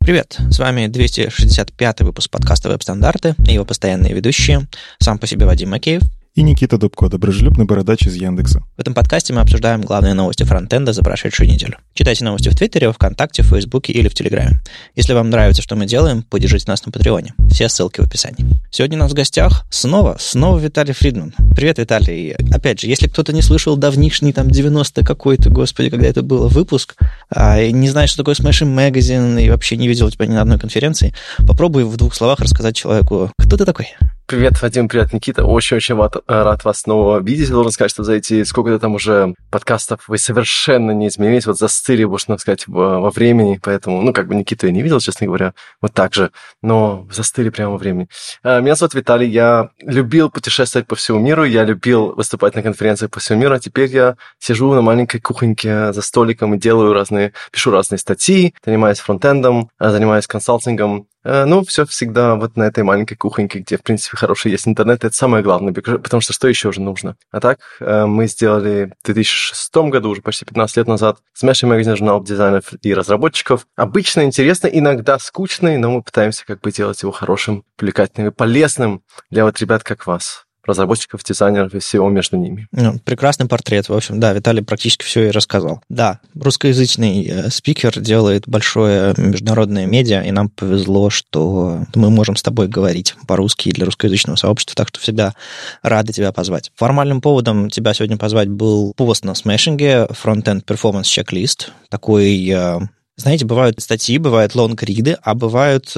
Привет, с вами 265-й выпуск подкаста «Веб-стандарты» и его постоянные ведущие, сам по себе Вадим Макеев и Никита Дубко, доброжелюбный бородач из Яндекса. В этом подкасте мы обсуждаем главные новости фронтенда за прошедшую неделю. Читайте новости в Твиттере, ВКонтакте, в Фейсбуке или в Телеграме. Если вам нравится, что мы делаем, поддержите нас на Патреоне. Все ссылки в описании. Сегодня у нас в гостях снова Виталий Фридман. Привет, Виталий. Опять же, если кто-то не слышал давнишний, 90 какой-то, господи, когда это было, выпуск, и не знает, что такое Smashing Magazine, и вообще не видел тебя ни на одной конференции, попробуй в 2 словах рассказать человеку, кто ты такой. Привет, Вадим, привет, Никита. Очень-очень рад вас снова видеть. Должен сказать, что за эти сколько-то там уже подкастов вы совершенно не изменились, застыли, можно сказать, во времени, поэтому, Никиту я не видел, честно говоря, так же, но застыли прямо во времени. Меня зовут Виталий, я любил путешествовать по всему миру, я любил выступать на конференциях по всему миру, а теперь я сижу на маленькой кухоньке за столиком и пишу разные статьи, занимаюсь фронтендом, занимаюсь консалтингом. Все всегда на этой маленькой кухоньке, где, в принципе, хороший есть интернет, это самое главное, потому что еще же нужно? А так, мы сделали в 2006 году, уже почти 15 лет назад, Smashing Magazine, журнал дизайнеров и разработчиков. Обычно интересно, иногда скучный, но мы пытаемся делать его хорошим, привлекательным и полезным для ребят, как вас. Разработчиков, дизайнеров и всего между ними. Прекрасный портрет. В общем, да, Виталий практически все и рассказал. Да, русскоязычный спикер делает большое международное медиа, и нам повезло, что мы можем с тобой говорить по-русски для русскоязычного сообщества, так что всегда рады тебя позвать. Формальным поводом тебя сегодня позвать был пост на Smashing, Frontend Performance Checklist, такой... Знаете, бывают статьи, бывают лонгриды, а бывают,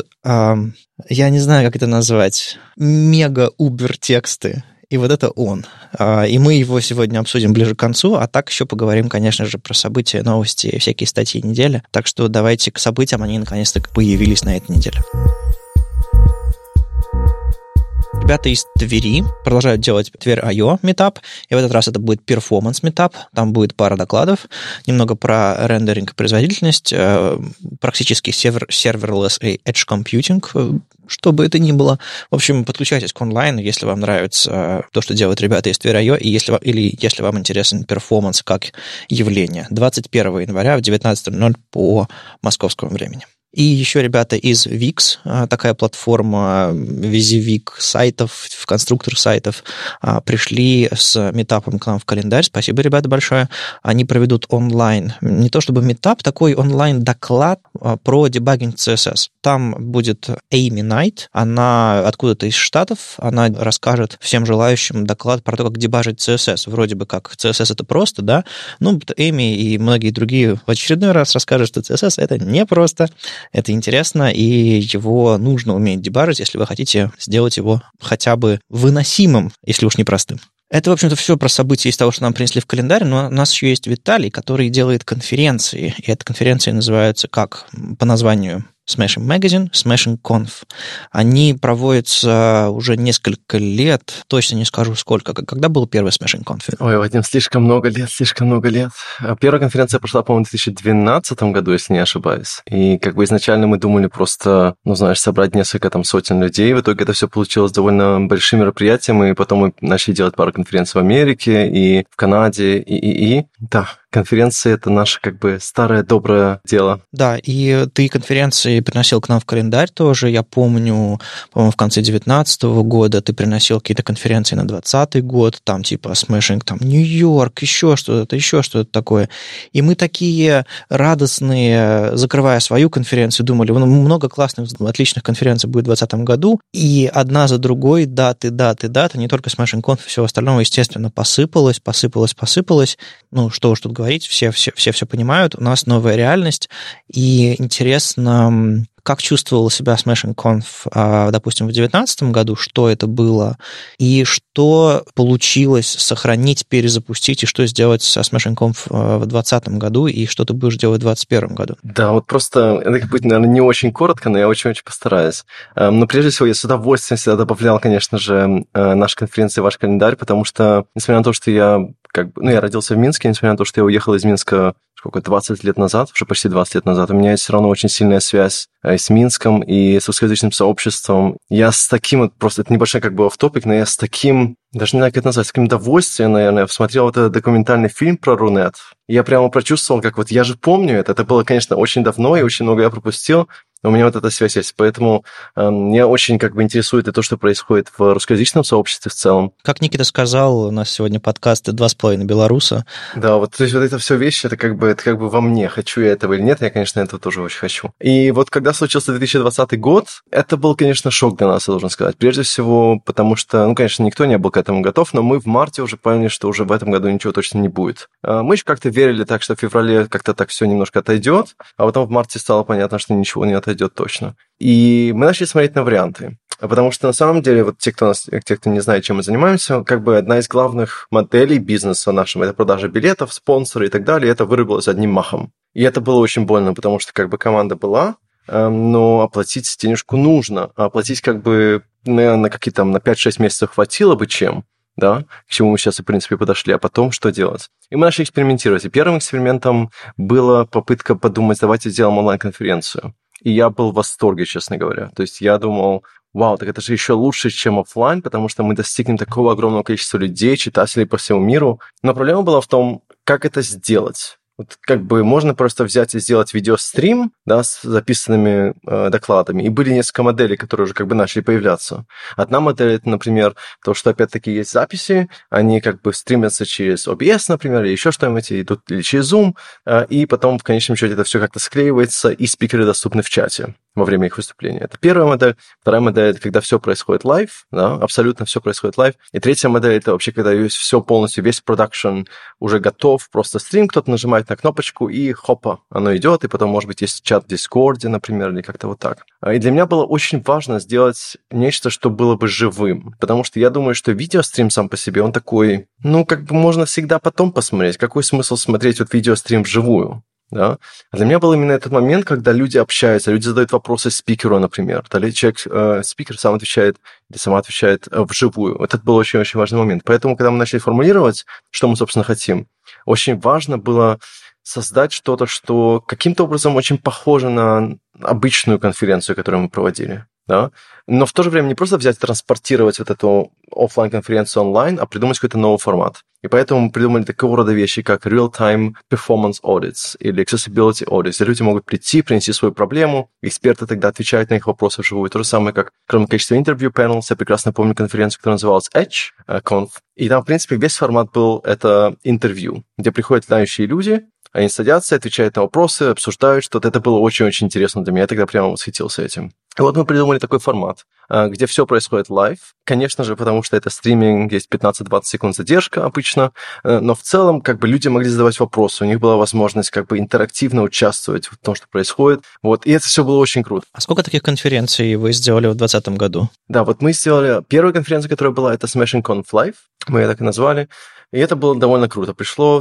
я не знаю, как это назвать, мега-убер-тексты. И это он. И мы его сегодня обсудим ближе к концу, а так еще поговорим, конечно же, про события, новости, всякие статьи недели. Так что давайте к событиям, они наконец-то появились на этой неделе. Ребята из Твери продолжают делать Тверь.io метап, и в этот раз это будет перформанс метап, там будет пара докладов, немного про рендеринг и производительность, практически serverless и edge computing, что бы это ни было. В общем, подключайтесь к онлайну, если вам нравится то, что делают ребята из Тверь.io, и если вам интересен перформанс как явление. 21 января в 19:00 по московскому времени. И еще ребята из Wix, такая платформа визивик сайтов, конструктор сайтов, пришли с метапом к нам в календарь. Спасибо, ребята, большое. Они проведут онлайн, не то чтобы метап, такой онлайн-доклад про дебагинг CSS. Там будет Эйми Найт, она откуда-то из Штатов, она расскажет всем желающим доклад про то, как дебажить CSS. Вроде бы как CSS это просто, да? Эйми и многие другие в очередной раз расскажут, что CSS это не просто. Это интересно, и его нужно уметь дебажить, если вы хотите сделать его хотя бы выносимым, если уж не простым. Это, в общем-то, все про события из того, что нам принесли в календарь, но у нас еще есть Виталий, который делает конференции, и эта конференция называется как по названию Smashing Magazine, Smashing Conf. Они проводятся уже несколько лет, точно не скажу сколько. Когда был первый Smashing Conf? Ой, Вадим, слишком много лет. Первая конференция прошла, по-моему, в 2012 году, если не ошибаюсь. И изначально мы думали просто, собрать несколько сотен людей. В итоге это все получилось довольно большим мероприятием, и потом мы начали делать пару конференций в Америке и в Канаде, Да, конференции – это наше старое доброе дело. Да, и ты конференции приносил к нам в календарь тоже. Я помню, по-моему, в конце 2019 года ты приносил какие-то конференции на 2020 год, там типа Smashing, Нью-Йорк, еще что-то такое. И мы такие радостные, закрывая свою конференцию, думали, много классных, отличных конференций будет в 2020 году, и одна за другой даты, не только Smashing Conf, все остальное, естественно, посыпалось. Что уж тут говорить, все понимают, у нас новая реальность, и интересно, как чувствовала себя Smashing Conf, допустим, в 2019 году, что это было, и что получилось сохранить, перезапустить, и что сделать со Smashing Conf в 2020 году, и что ты будешь делать в 2021 году? Да, просто это будет, наверное, не очень коротко, но я очень-очень постараюсь. Но прежде всего, я с удовольствием всегда добавлял, конечно же, наши конференции в ваш календарь, потому что, несмотря на то, что я родился в Минске, несмотря на то, что я уехал из Минска 20 лет назад, уже почти 20 лет назад, у меня есть все равно очень сильная связь с Минском и с русскоязычным сообществом. Я с таким, просто это небольшой офф-топик, но я с таким, даже не знаю, как это назвать, с таким удовольствием, наверное, смотрел этот документальный фильм про Рунет. Я прямо прочувствовал, как я же помню это было, конечно, очень давно, и очень много я пропустил, У меня вот эта связь есть, поэтому меня очень как бы интересует и то, что происходит в русскоязычном сообществе в целом. Как Никита сказал, у нас сегодня подкасты 2,5 белоруса. Да, вот, то есть вот это все вещи, это как бы во мне, хочу я этого или нет, я, конечно, этого тоже очень хочу. И вот когда случился 2020 год, это был, конечно, шок для нас, я должен сказать. Прежде всего, потому что, конечно, никто не был к этому готов, но мы в марте уже поняли, что уже в этом году ничего точно не будет. Мы еще как-то верили так, что в феврале как-то так все немножко отойдет, а потом в марте стало понятно, что ничего не отойдет точно. И мы начали смотреть на варианты. Потому что на самом деле, вот те, кто не знает, чем мы занимаемся, как бы одна из главных моделей бизнеса нашего – это продажа билетов, спонсоры и так далее, это вырубилось одним махом. И это было очень больно, потому что как бы команда была, но оплатить денежку нужно. А оплатить как бы на какие-то на 5-6 месяцев хватило бы чем, да, к чему мы сейчас, в принципе, подошли, а потом что делать? И мы начали экспериментировать. И первым экспериментом была попытка подумать, давайте сделаем онлайн-конференцию. И я был в восторге, честно говоря. То есть я думал, вау, так это же еще лучше, чем офлайн, потому что мы достигнем такого огромного количества людей, читателей по всему миру. Но проблема была в том, как это сделать. Вот как бы можно просто взять и сделать видеострим, да, с записанными докладами. И были несколько моделей, которые уже как бы начали появляться. Одна модель, это, например, то, что опять-таки есть записи, они как бы стримятся через OBS, например, или еще что-нибудь, идут или через Zoom, и потом в конечном счете это все как-то склеивается, и спикеры доступны в чате во время их выступления. Это первая модель. Вторая модель – это когда все происходит лайв, да, абсолютно все происходит лайв. И третья модель – это вообще когда все полностью, весь продакшн уже готов, просто стрим, кто-то нажимает на кнопочку, и хопа, оно идет, и потом, может быть, есть чат в Дискорде, например, или как-то вот так. И для меня было очень важно сделать нечто, что было бы живым, потому что я думаю, что видеострим сам по себе, он такой, как бы можно всегда потом посмотреть. Какой смысл смотреть вот видеострим вживую? Да? А для меня был именно этот момент, когда люди общаются, люди задают вопросы спикеру, например. Далее спикер сам отвечает или сама отвечает вживую. Это был очень-очень важный момент. Поэтому, когда мы начали формулировать, что мы, собственно, хотим, очень важно было создать что-то, что каким-то образом очень похоже на обычную конференцию, которую мы проводили. Да? Но в то же время не просто взять и транспортировать вот эту офлайн-конференцию онлайн, а придумать какой-то новый формат. И поэтому мы придумали такого рода вещи, как real-time performance audits или accessibility audits, где люди могут прийти, принести свою проблему, эксперты тогда отвечают на их вопросы вживую. То же самое, как кроме количества интервью panels, я прекрасно помню конференцию, которая называлась Edge Conf, и там, в принципе, весь формат был это интервью, где приходят знающие люди, они садятся, отвечают на вопросы, обсуждают что-то. Это было очень-очень интересно для меня. Я тогда прямо восхитился этим. И вот мы придумали такой формат, где все происходит лайв. Конечно же, потому что это стриминг, есть 15-20 секунд задержка обычно, но в целом как бы люди могли задавать вопросы, у них была возможность как бы интерактивно участвовать в том, что происходит. Вот, и это все было очень круто. А сколько таких конференций вы сделали в 2020 году? Да, вот мы сделали первую конференцию, которая была, это Smashing Conf Live, мы ее так и назвали. И это было довольно круто. Пришло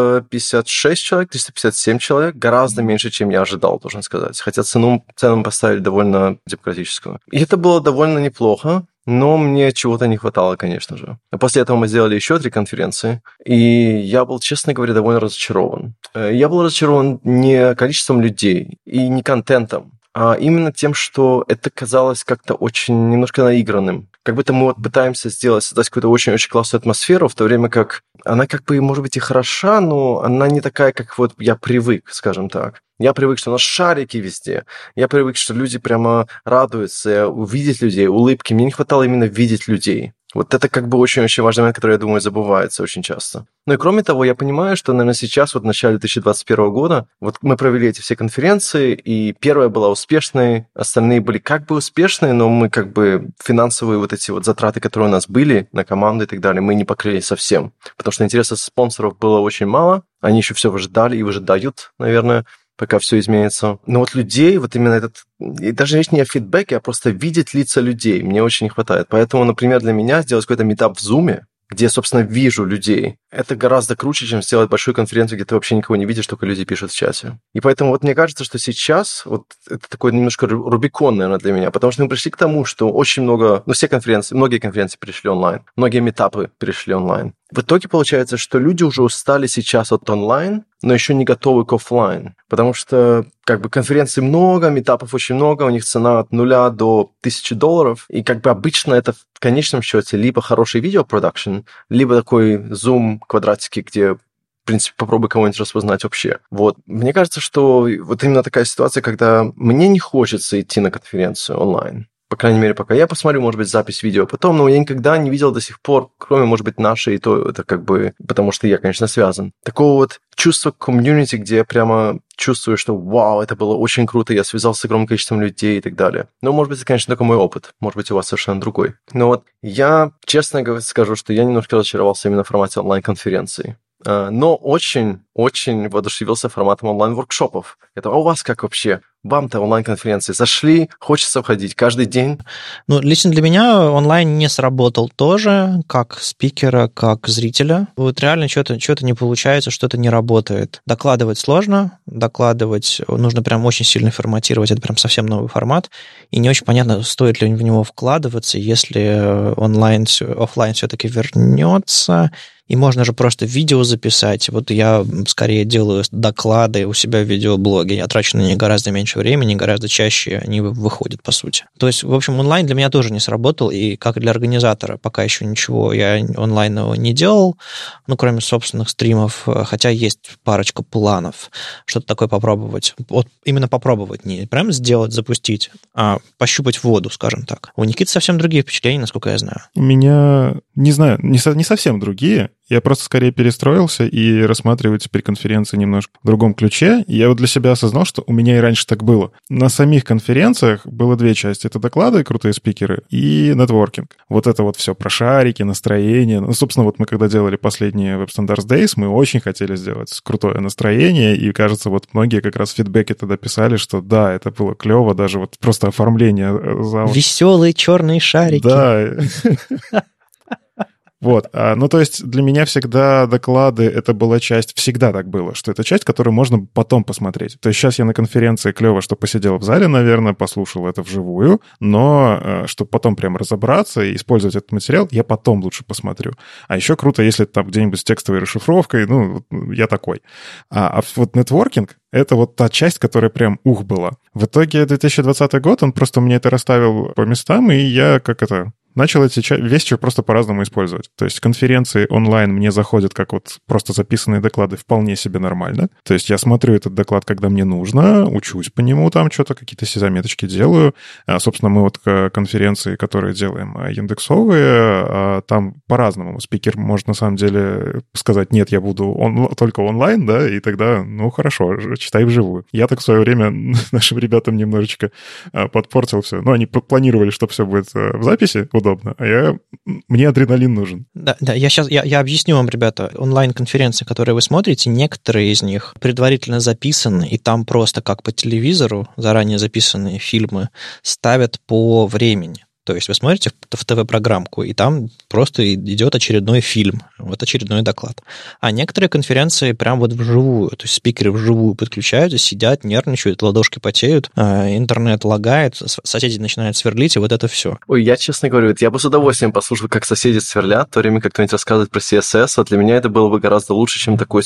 356 человек, 357 человек, гораздо меньше, чем я ожидал, должен сказать. Хотя цену поставили довольно демократическую. И это было довольно неплохо, но мне чего-то не хватало, конечно же. После этого мы сделали еще 3 конференции, и я был, честно говоря, довольно разочарован. Я был разочарован не количеством людей и не контентом, а именно тем, что это казалось как-то очень немножко наигранным. Как будто мы вот пытаемся создать какую-то очень-очень классную атмосферу, в то время как она как бы, может быть, и хороша, но она не такая, как вот я привык, скажем так. Я привык, что у нас шарики везде. Я привык, что люди прямо радуются, увидеть людей, улыбки. Мне не хватало именно видеть людей. Вот это как бы очень-очень важный момент, который, я думаю, забывается очень часто. Ну и кроме того, я понимаю, что, наверное, сейчас, вот в начале 2021 года, вот мы провели эти все конференции, и первая была успешной, остальные были как бы успешные, но мы как бы финансовые вот эти вот затраты, которые у нас были на команду и так далее, мы не покрыли совсем. Потому что интереса спонсоров было очень мало, они еще все выжидали и выжидают, наверное, пока все изменится. Но вот людей, вот именно этот... И даже речь не о фидбэке, а просто видеть лица людей мне очень не хватает. Поэтому, например, для меня сделать какой-то митап в Zoom, где я, собственно, вижу людей, это гораздо круче, чем сделать большую конференцию, где ты вообще никого не видишь, только люди пишут в чате. И поэтому вот мне кажется, что сейчас вот это такой немножко Рубикон, наверное, для меня, потому что мы пришли к тому, что очень много, многие конференции перешли онлайн, многие митапы перешли онлайн. В итоге получается, что люди уже устали сейчас от онлайн, но еще не готовы к офлайн, потому что как бы конференций много, митапов очень много, у них цена от $0 до $1000, и как бы обычно это в конечном счете либо хороший видеопродакшн, либо такой Zoom квадратики, где принципе, попробуй кого-нибудь распознать вообще. Вот. Мне кажется, что вот именно такая ситуация, когда мне не хочется идти на конференцию онлайн. По крайней мере, пока я посмотрю, может быть, запись видео потом, но я никогда не видел до сих пор, кроме, может быть, нашей, и то это как бы, потому что я, конечно, связан. Такого вот чувства комьюнити, где я прямо чувствую, что вау, это было очень круто, я связался с огромным количеством людей и так далее. Но, может быть, это, конечно, только мой опыт, может быть, у вас совершенно другой. Но вот я, честно скажу, что я немножко разочаровался именно в формате онлайн-конференции. Но очень воодушевился форматом онлайн-воркшопов. Это у вас как вообще? Вам-то онлайн-конференции зашли, хочется входить каждый день? Ну, лично для меня онлайн не сработал тоже, как спикера, как зрителя. Вот реально что-то не получается, что-то не работает. Докладывать сложно, докладывать нужно прям очень сильно форматировать, это прям совсем новый формат, и не очень понятно, стоит ли в него вкладываться, если офлайн все-таки вернется. И можно же просто видео записать. Вот я скорее делаю доклады у себя в видеоблоге. Я трачу на них гораздо меньше времени, гораздо чаще они выходят, по сути. То есть, в общем, онлайн для меня тоже не сработал. И как для организатора пока еще ничего я онлайнового не делал, ну, кроме собственных стримов. Хотя есть парочка планов что-то такое попробовать. Вот именно попробовать, не прям сделать, запустить, а пощупать воду, скажем так. У Никиты совсем другие впечатления, насколько я знаю. У меня, не знаю, не совсем другие. Я просто скорее перестроился и рассматриваю теперь конференции немножко в другом ключе. И я вот для себя осознал, что у меня и раньше так было. На самих конференциях было две части. Это доклады, крутые спикеры, и нетворкинг. Вот это вот все про шарики, настроение. Ну, собственно, вот мы когда делали последние Web Standards Days, мы очень хотели сделать крутое настроение, и, кажется, вот многие как раз в фидбэке тогда писали, что да, это было клево, даже вот просто оформление зала. Веселые черные шарики. Да. Вот, ну, то есть для меня всегда доклады, это была часть, всегда так было, что это часть, которую можно потом посмотреть. То есть сейчас я на конференции, клево, что посидел в зале, наверное, послушал это вживую, но чтобы потом прям разобраться и использовать этот материал, я потом лучше посмотрю. А еще круто, если там где-нибудь с текстовой расшифровкой, ну, я такой. А вот нетворкинг, это вот та часть, которая прям была. В итоге 2020 год, он просто мне это расставил по местам, и я начал эти вещи просто по-разному использовать. То есть конференции онлайн мне заходят как вот просто записанные доклады вполне себе нормально. То есть я смотрю этот доклад, когда мне нужно, учусь по нему, там что-то, какие-то заметочки делаю. Собственно, мы вот конференции, которые делаем индексовые, там по-разному. Спикер может на самом деле сказать, нет, я буду только онлайн, да, и тогда, ну, хорошо, читай вживую. Я так в свое время нашим ребятам немножечко подпортил все. Ну, они планировали, что все будет в записи, удобно, мне адреналин нужен. Да, я объясню вам, ребята, онлайн-конференции, которые вы смотрите, некоторые из них предварительно записаны, и там просто как по телевизору заранее записанные фильмы ставят по времени. То есть вы смотрите в ТВ-программку, и там просто идет очередной фильм, вот очередной доклад. А некоторые конференции прям вот вживую, то есть спикеры вживую подключаются, сидят, нервничают, ладошки потеют, интернет лагает, соседи начинают сверлить, и вот это все. Ой, я, честно говорю, я бы с удовольствием послушал, как соседи сверлят, в то время как кто-нибудь рассказывает про CSS, вот для меня это было бы гораздо лучше, чем такой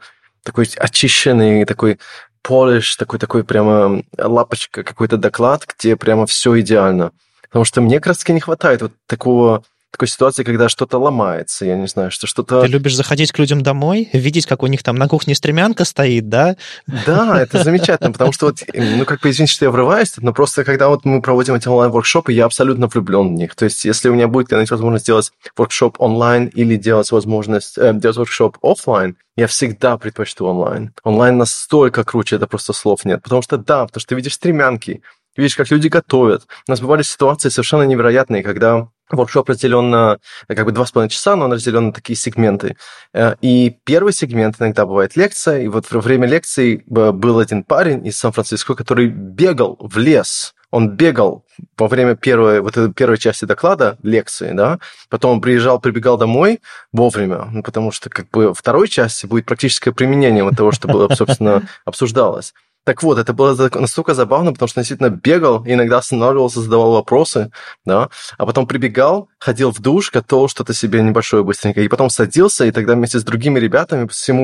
очищенный, такой polish, такой прямо лапочка, какой-то доклад, где прямо все идеально. Потому что мне как раз-таки не хватает вот такой ситуации, когда что-то ломается, я не знаю, что-то... Ты любишь заходить к людям домой, видеть, как у них там на кухне стремянка стоит, да? Да, это замечательно, потому что вот, извините, что я врываюсь, но просто когда вот мы проводим эти онлайн-воркшопы, я абсолютно влюблен в них. То есть если у меня будет когда-нибудь возможность сделать воркшоп онлайн или делать воркшоп офлайн, я всегда предпочту онлайн. Онлайн настолько круче, это просто слов нет. Потому что ты видишь стремянки, видишь, как люди готовят. У нас бывали ситуации совершенно невероятные, когда воркшоп разделен на 2,5 часа, но он разделен на такие сегменты. И первый сегмент иногда бывает лекция, и вот во время лекции был один парень из Сан-Франциско, который бегал в лес. Он бегал во время первой части доклада, лекции, да, потом он прибегал домой вовремя, потому что второй части будет практическое применение вот того, что было, собственно, обсуждалось. Так вот, это было настолько забавно, потому что он действительно бегал, иногда останавливался, задавал вопросы, да, а потом прибегал, ходил в душ, готовил что-то себе небольшое быстренько, и потом садился, и тогда вместе с другими ребятами по всему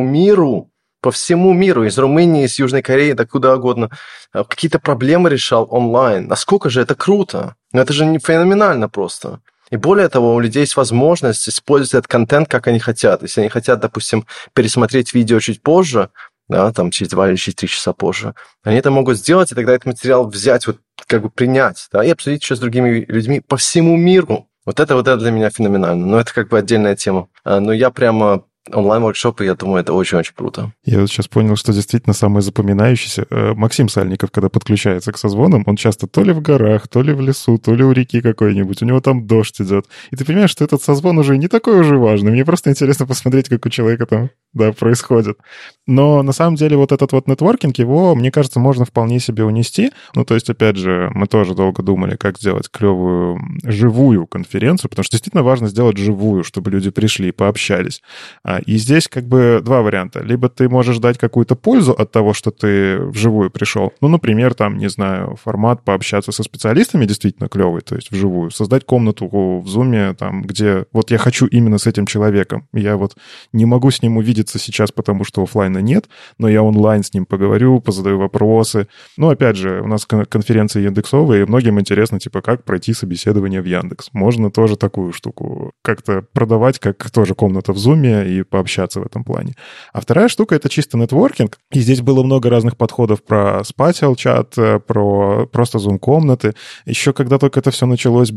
миру, из Румынии, из Южной Кореи, да куда угодно, какие-то проблемы решал онлайн. Насколько же это круто? Это же не феноменально просто. И более того, у людей есть возможность использовать этот контент, как они хотят. Если они хотят, допустим, пересмотреть видео чуть позже, да, там через 2 или через 3 часа позже, они это могут сделать, и тогда этот материал взять, вот как бы принять, да, и обсудить еще с другими людьми по всему миру. Вот это для меня феноменально. Но это как бы отдельная тема. Но я прямо... онлайн-воркшопы, я думаю, это очень-очень круто. Я вот сейчас понял, что действительно самое запоминающееся. Максим Сальников, когда подключается к созвонам, он часто то ли в горах, то ли в лесу, то ли у реки какой-нибудь, у него там дождь идет. И ты понимаешь, что этот созвон уже не такой уже важный. Мне просто интересно посмотреть, как у человека там, да, происходит. Но на самом деле вот этот вот нетворкинг, его, мне кажется, можно вполне себе унести. Ну, то есть, опять же, мы тоже долго думали, как сделать клевую живую конференцию, потому что действительно важно сделать живую, чтобы люди пришли и пообщались. И здесь как бы два варианта. Либо ты можешь дать какую-то пользу от того, что ты вживую пришел. Ну, например, там, не знаю, формат пообщаться со специалистами действительно клевый, то есть вживую. Создать комнату в Zoom, там, где вот я хочу именно с этим человеком. Я вот не могу с ним увидеться сейчас, потому что офлайна нет, но я онлайн с ним поговорю, позадаю вопросы. Ну, опять же, у нас конференции индексовые, и многим интересно, типа, как пройти собеседование в Яндекс. Можно тоже такую штуку как-то продавать, как тоже комната в Zoom, и пообщаться в этом плане. А вторая штука — это чисто нетворкинг. И здесь было много разных подходов про спатиал-чат, про просто зум-комнаты. Еще когда только это все началось,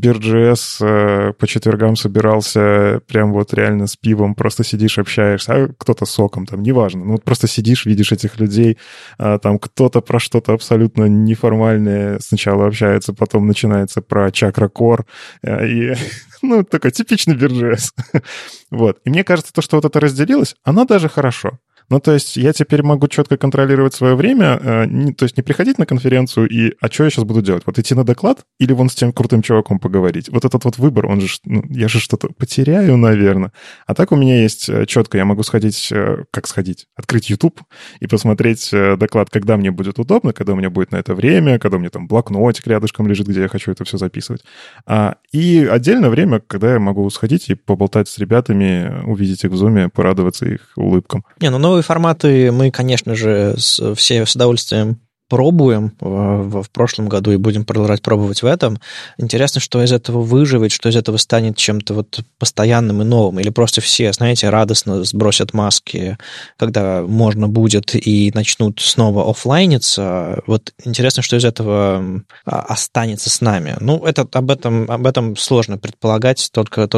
Beer.js по четвергам собирался прям вот реально с пивом, просто сидишь, общаешься, а кто-то с соком, там, неважно. Ну вот просто сидишь, видишь этих людей, там кто-то про что-то абсолютно неформальное сначала общается, потом начинается про чакра-кор, и... Ну, такой типичный Beer.js. Вот. И мне кажется, то, что вот это разделилось, оно даже хорошо. Ну, то есть я теперь могу четко контролировать свое время, то есть не приходить на конференцию и «а что я сейчас буду делать? Вот идти на доклад или вон с тем крутым чуваком поговорить?» Вот этот вот выбор, он же, ну, я же что-то потеряю, наверное. А так у меня есть четко, я могу сходить, как сходить? Открыть YouTube и посмотреть доклад, когда мне будет удобно, когда у меня будет на это время, когда у меня там блокнотик рядышком лежит, где я хочу это все записывать. И отдельное время, когда я могу сходить и поболтать с ребятами, увидеть их в Zoom, порадоваться их улыбкам. Не, ну новые форматы мы, конечно же, все с удовольствием пробуем в прошлом году и будем продолжать пробовать в этом. Интересно, что из этого выживет, что из этого станет чем-то вот постоянным и новым. Или просто все, знаете, радостно сбросят маски, когда можно будет, и начнут снова офлайниться. Вот интересно, что из этого останется с нами. Ну, об этом сложно предполагать, только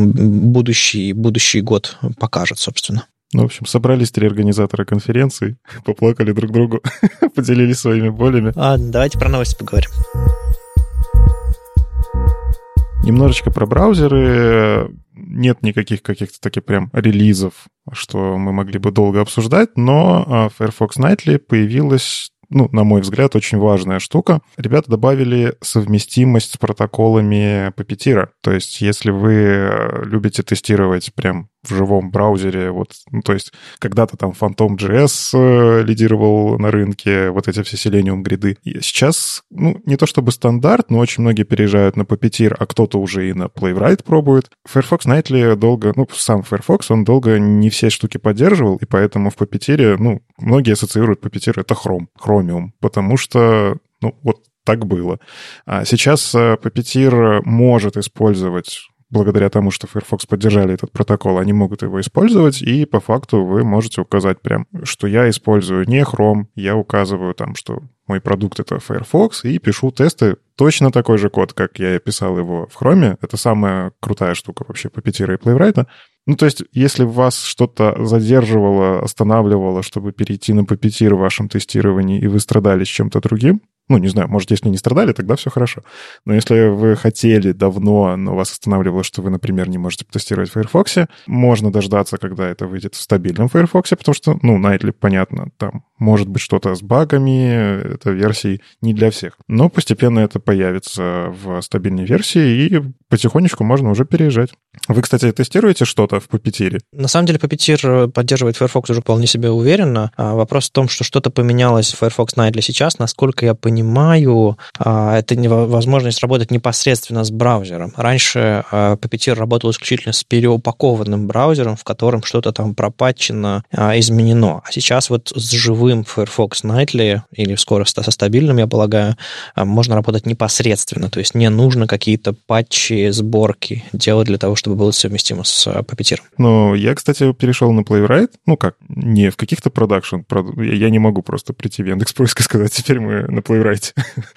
будущий год покажет, собственно. Ну, в общем, собрались 3 организатора конференции, поплакали друг другу, поделились своими болями. Давайте про новости поговорим. Немножечко про браузеры. Нет никаких каких-то таких прям релизов, что мы могли бы долго обсуждать, но Firefox Nightly появилась, ну, на мой взгляд, очень важная штука. Ребята добавили совместимость с протоколами Puppeteer. То есть, если вы любите тестировать прям в живом браузере, вот, ну, то есть, когда-то там Phantom.js лидировал на рынке, вот эти все Selenium гриды. И сейчас, ну, не то чтобы стандарт, но очень многие переезжают на Puppeteer, а кто-то уже и на Playwright пробует. Firefox Nightly долго, ну, сам Firefox, он долго не все штуки поддерживал, и поэтому в Puppeteer, ну, многие ассоциируют Puppeteer — это Chromium, потому что, ну, вот так было. А сейчас Puppeteer может использовать, благодаря тому, что Firefox поддержали этот протокол, они могут его использовать, и по факту вы можете указать прям, что я использую не Chrome, я указываю там, что мой продукт — это Firefox, и пишу тесты, точно такой же код, как я писал его в Chrome. Это самая крутая штука вообще Puppeteer и Playwright. Ну, то есть, если вас что-то задерживало, останавливало, чтобы перейти на Puppeteer в вашем тестировании, и вы страдали с чем-то другим, ну, не знаю, может, если не страдали, тогда все хорошо. Но если вы хотели давно, но вас останавливало, что вы, например, не можете потестировать в Firefox, можно дождаться, когда это выйдет в стабильном Firefox, потому что, ну, Nightly, понятно, там может быть что-то с багами, это версии не для всех. Но постепенно это появится в стабильной версии, и потихонечку можно уже переезжать. Вы, кстати, тестируете что-то в Puppeteer? На самом деле Puppeteer поддерживает Firefox уже вполне себе уверенно. Вопрос в том, что что-то поменялось в Firefox Nightly сейчас. Насколько я понимаю, это возможность работать непосредственно с браузером. Раньше Puppeteer работал исключительно с переупакованным браузером, в котором что-то там пропатчено, изменено. А сейчас вот с живым живым Firefox Nightly или скоро со стабильным, я полагаю, можно работать непосредственно, то есть не нужно какие-то патчи, сборки делать для того, чтобы было совместимо с Puppeteer. Ну, я, кстати, перешел на Playwright, не в каких-то продакшн, я не могу просто прийти в Яндекс.Поиск и сказать, теперь мы на Playwright,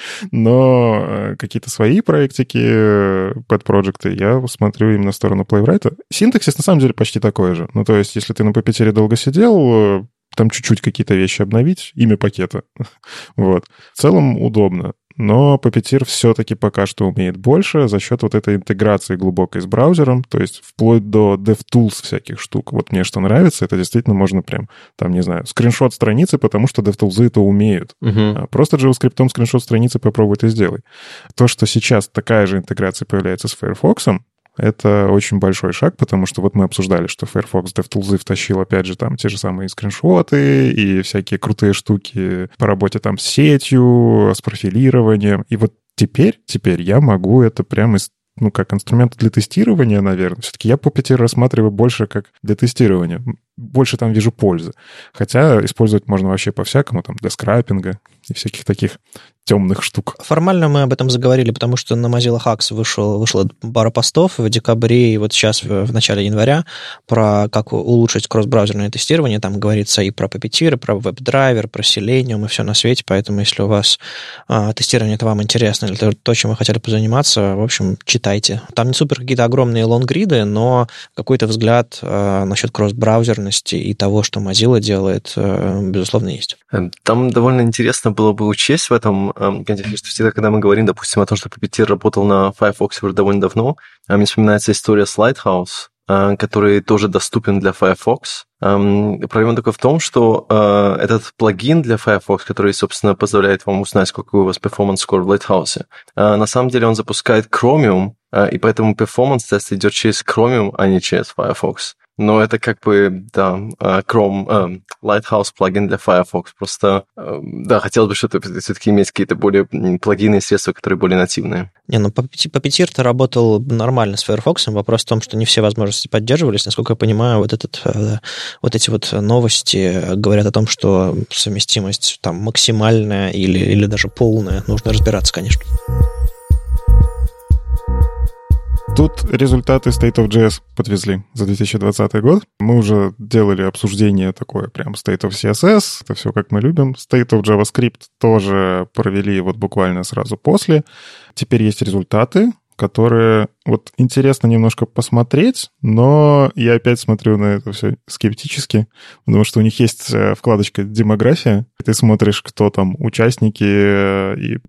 но какие-то свои проектики, pet-проекты, я смотрю именно в сторону Playwright. Синтаксис, на самом деле, почти такой же. Ну, то есть, если ты на Puppeteer долго сидел, там чуть-чуть какие-то вещи обновить, имя пакета. Вот. В целом удобно. Но Puppeteer все-таки пока что умеет больше за счет вот этой интеграции глубокой с браузером, то есть вплоть до DevTools всяких штук. Вот мне что нравится, это действительно можно прям, там, не знаю, скриншот страницы, потому что DevTools это умеют. Просто JavaScript скриншот страницы попробуй и сделай. То, что сейчас такая же интеграция появляется с Firefox, это очень большой шаг, потому что вот мы обсуждали, что Firefox DevTools втащил, опять же, там те же самые скриншоты и всякие крутые штуки по работе там с сетью, с профилированием. И вот теперь я могу это прямо как инструмент для тестирования, наверное. Все-таки я Puppeteer рассматриваю больше как для тестирования. Больше там вижу пользы. Хотя использовать можно вообще по-всякому, там, для скрапинга и всяких таких темных штук. Формально мы об этом заговорили, потому что на Mozilla Hacks вышло пара постов в декабре и вот сейчас в начале января про как улучшить кросс-браузерное тестирование. Там говорится и про Puppeteer, и про WebDriver, про Selenium и все на свете. Поэтому, если у вас тестирование это вам интересно или то, чем вы хотели позаниматься, в общем, читайте. Там не супер какие-то огромные лонгриды, но какой-то взгляд насчет кросс-браузерности и того, что Mozilla делает, безусловно, есть. Там довольно интересно было бы учесть в этом контексте, что всегда, когда мы говорим, допустим, о том, что Puppeteer работал на Firefox уже довольно давно, мне вспоминается история с Lighthouse, который тоже доступен для Firefox. Проблема только в том, что этот плагин для Firefox, который, собственно, позволяет вам узнать, какой у вас performance score в Lighthouse, на самом деле он запускает Chromium, и поэтому performance-тест идет через Chromium, а не через Firefox. Но это Chrome Lighthouse плагин для Firefox. Просто, хотелось бы что-то все-таки иметь какие-то более плагины и средства, которые более нативные. Puppeteer-то работал нормально с Firefox. Вопрос в том, что не все возможности поддерживались. Насколько я понимаю, вот эти вот новости говорят о том, что совместимость там максимальная или даже полная. Нужно разбираться, конечно. Тут результаты State of JS подвезли за 2020 год. Мы уже делали обсуждение такое, прям State of CSS, это все как мы любим. State of JavaScript тоже провели вот буквально сразу после. Теперь есть результаты, которые вот интересно немножко посмотреть, но я опять смотрю на это все скептически, потому что у них есть вкладочка «Демография», и ты смотришь, кто там участники, и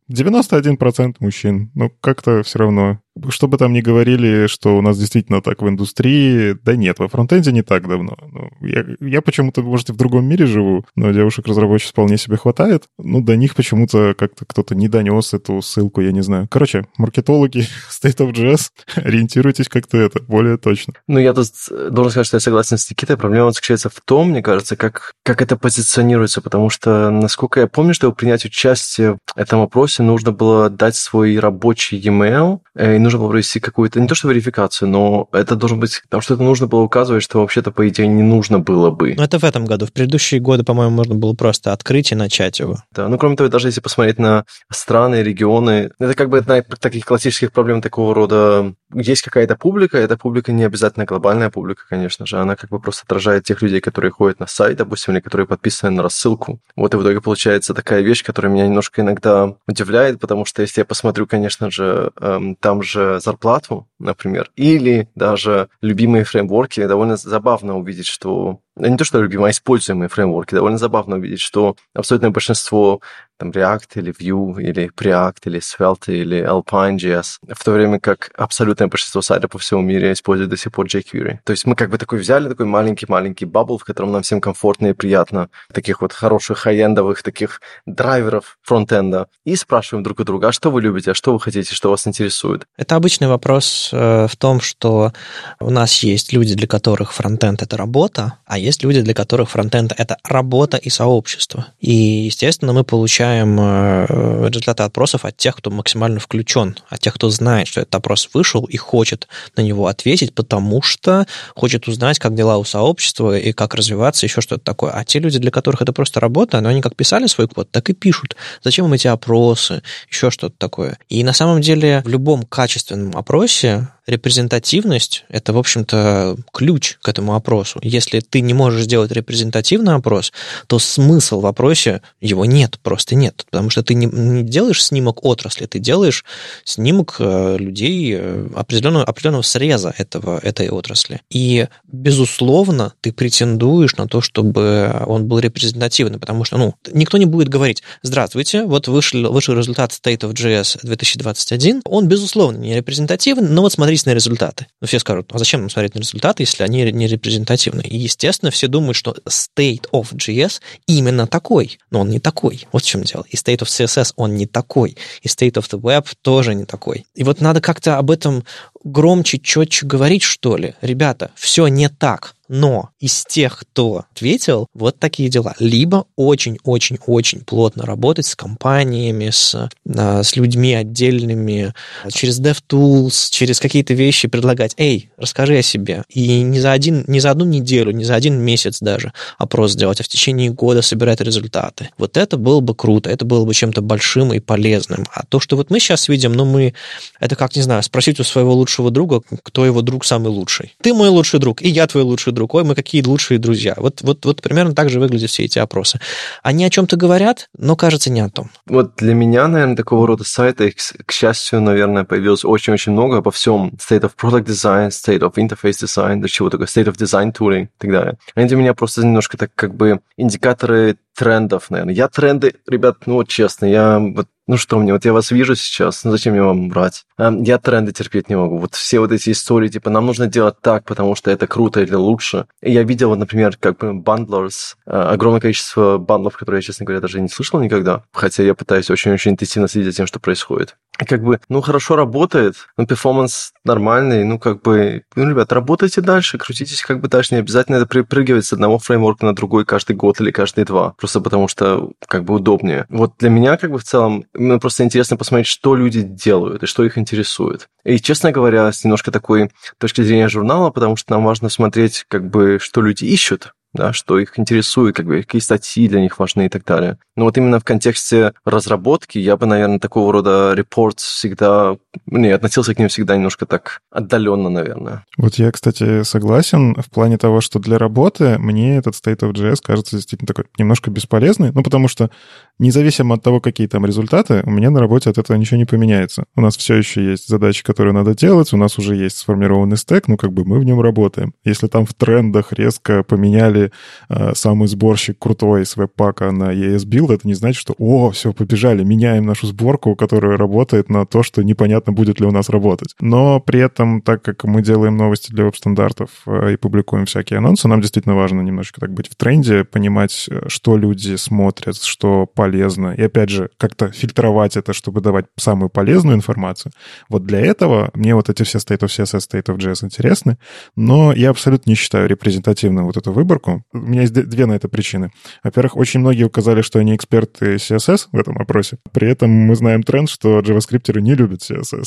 91% мужчин. Ну, как-то все равно. Что бы там ни говорили, что у нас действительно так в индустрии, да нет, во фронтенде не так давно. Ну, я почему-то, может, и в другом мире живу, но девушек-разработчиков вполне себе хватает. Ну, до них почему-то как-то кто-то не донес эту ссылку, я не знаю. Короче, маркетологи State of JS, ориентируйтесь как-то это более точно. Ну, я тут должен сказать, что я согласен с Никитой. Проблема заключается в том, мне кажется, как это позиционируется, потому что, насколько я помню, чтобы принять участие в этом опросе, нужно было дать свой рабочий e-mail, и нужно было провести какую-то, не то что верификацию, но это должен быть, там что-то нужно было указывать, что вообще-то, по идее, не нужно было бы. Ну, это в этом году. В предыдущие годы, по-моему, можно было просто открыть и начать его. Да, ну, кроме того, даже если посмотреть на страны, регионы, это как бы одна из таких классических проблем такого рода. Есть какая-то публика, эта публика не обязательно глобальная публика, конечно же, она как бы просто отражает тех людей, которые ходят на сайт, допустим, или которые подписаны на рассылку. Вот и в итоге получается такая вещь, которая меня немножко иногда удивляет, потому что если я посмотрю, конечно же, там же зарплату, например, или даже любимые фреймворки, довольно забавно увидеть, что... Не то, что любимые, а используемые фреймворки. Довольно забавно увидеть, что абсолютное большинство там React или Vue, или Preact, или Svelte, или Alpine.js, в то время как абсолютное большинство сайтов по всему миру используют до сих пор jQuery. То есть мы как бы взяли такой маленький-маленький бабл, в котором нам всем комфортно и приятно, таких вот хороших хай-эндовых таких драйверов фронтенда, и спрашиваем друг у друга, а что вы любите, а что вы хотите, что вас интересует? Это обычный вопрос в том, что у нас есть люди, для которых фронтенд — это работа, а есть люди, для которых фронтенд — это работа и сообщество. И, естественно, мы получаем результаты опросов от тех, кто максимально включен, от тех, кто знает, что этот опрос вышел и хочет на него ответить, потому что хочет узнать, как дела у сообщества и как развиваться, еще что-то такое. А те люди, для которых это просто работа, но они как писали свой код, так и пишут. Зачем им эти опросы, еще что-то такое. И на самом деле в любом качественном опросе репрезентативность — это, в общем-то, ключ к этому опросу. Если ты не можешь сделать репрезентативный опрос, то смысл в опросе его нет, просто нет. Потому что ты не делаешь снимок отрасли, ты делаешь снимок людей определенного среза этой отрасли. И, безусловно, ты претендуешь на то, чтобы он был репрезентативный, потому что, никто не будет говорить: здравствуйте, вот вышел результат State of JS 2021, он, безусловно, не репрезентативен, но вот смотрите на результаты. Все скажут: а зачем нам смотреть на результаты, если они не репрезентативны? И, естественно, все думают, что State of JS именно такой, но он не такой. Вот в чем дело. И State of CSS он не такой, и State of the Web тоже не такой. И вот надо как-то об этом громче, четче говорить, что ли. Ребята, все не так. Но из тех, кто ответил, вот такие дела. Либо очень-очень-очень плотно работать с компаниями, с людьми отдельными, через DevTools, через какие-то вещи предлагать: эй, расскажи о себе. И не за одну неделю, не за один месяц даже опрос сделать, а в течение года собирать результаты. Вот это было бы круто, это было бы чем-то большим и полезным. А то, что вот мы сейчас видим, это как, не знаю, спросить у своего лучшего друга, кто его друг самый лучший. Ты мой лучший друг, и я твой лучший друг. Ой, мы какие лучшие друзья. Вот примерно так же выглядят все эти опросы. Они о чем-то говорят, но, кажется, не о том. Вот для меня, наверное, такого рода сайты, к счастью, наверное, появилось очень-очень много обо всем. State of Product Design, State of Interface Design, до чего такое, State of Design Tooling и так далее. Они для меня просто немножко так как бы индикаторы трендов, наверное. Я тренды, ребят, честно, что мне, я вас вижу сейчас, зачем мне вам брать? Я тренды терпеть не могу. Вот все вот эти истории, типа, нам нужно делать так, потому что это круто или лучше. И я видел, например, bundlers, огромное количество бандлов, которые я, честно говоря, даже не слышал никогда, хотя я пытаюсь очень-очень интенсивно следить за тем, что происходит. И хорошо работает, перформанс нормальный, ребят, работайте дальше, крутитесь дальше, не обязательно это припрыгивать с одного фреймворка на другой каждый год или каждые 2, просто потому что удобнее. Вот для меня в целом просто интересно посмотреть, что люди делают и что их интересует. И, честно говоря, с немножко такой точки зрения журнала, потому что нам важно смотреть, что люди ищут, да, что их интересует, какие статьи для них важны и так далее. Но вот именно в контексте разработки я бы, наверное, такого рода reports всегда... относился к ним всегда немножко так отдаленно, наверное. Вот я, кстати, согласен в плане того, что для работы мне этот State of JS кажется действительно такой немножко бесполезный, потому что независимо от того, какие там результаты, у меня на работе от этого ничего не поменяется. У нас все еще есть задачи, которые надо делать, у нас уже есть сформированный стэк, мы в нем работаем. Если там в трендах резко поменяли самый сборщик крутой с веб-пака на ES-билд, это не значит, что все, побежали, меняем нашу сборку, которая работает на то, что непонятно, будет ли у нас работать. Но при этом, так как мы делаем новости для веб-стандартов и публикуем всякие анонсы, нам действительно важно немножечко быть в тренде, понимать, что люди смотрят, что полезно, и опять же, как-то фильтровать это, чтобы давать самую полезную информацию. Вот для этого мне эти все State of CSS, State of JS интересны, но я абсолютно не считаю репрезентативным эту выборку. У меня есть две на это причины. Во-первых, очень многие указали, что они эксперты CSS в этом опросе. При этом мы знаем тренд, что джаваскриптеры не любят CSS.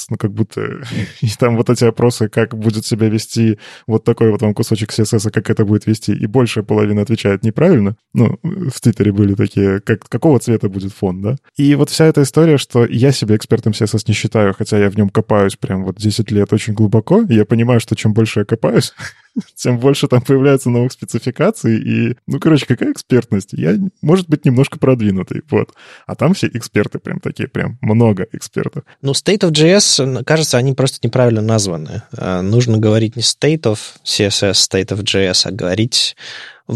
И там эти опросы, как будет себя вести вот такой вам кусочек CSS, как это будет вести, и большая половина отвечает неправильно. В Твиттере были такие, какого цвета будет фон, да? И вся эта история, что я себя экспертом CSS не считаю, хотя я в нем копаюсь прям 10 лет очень глубоко, и я понимаю, что чем больше я копаюсь, тем больше там появляется новых спецификаций, и, какая экспертность? Я, может быть, немножко продвинутый, А там все эксперты прям такие, прям много экспертов. State of JS, кажется, они просто неправильно названы. Нужно говорить не State of CSS, State of JS, а говорить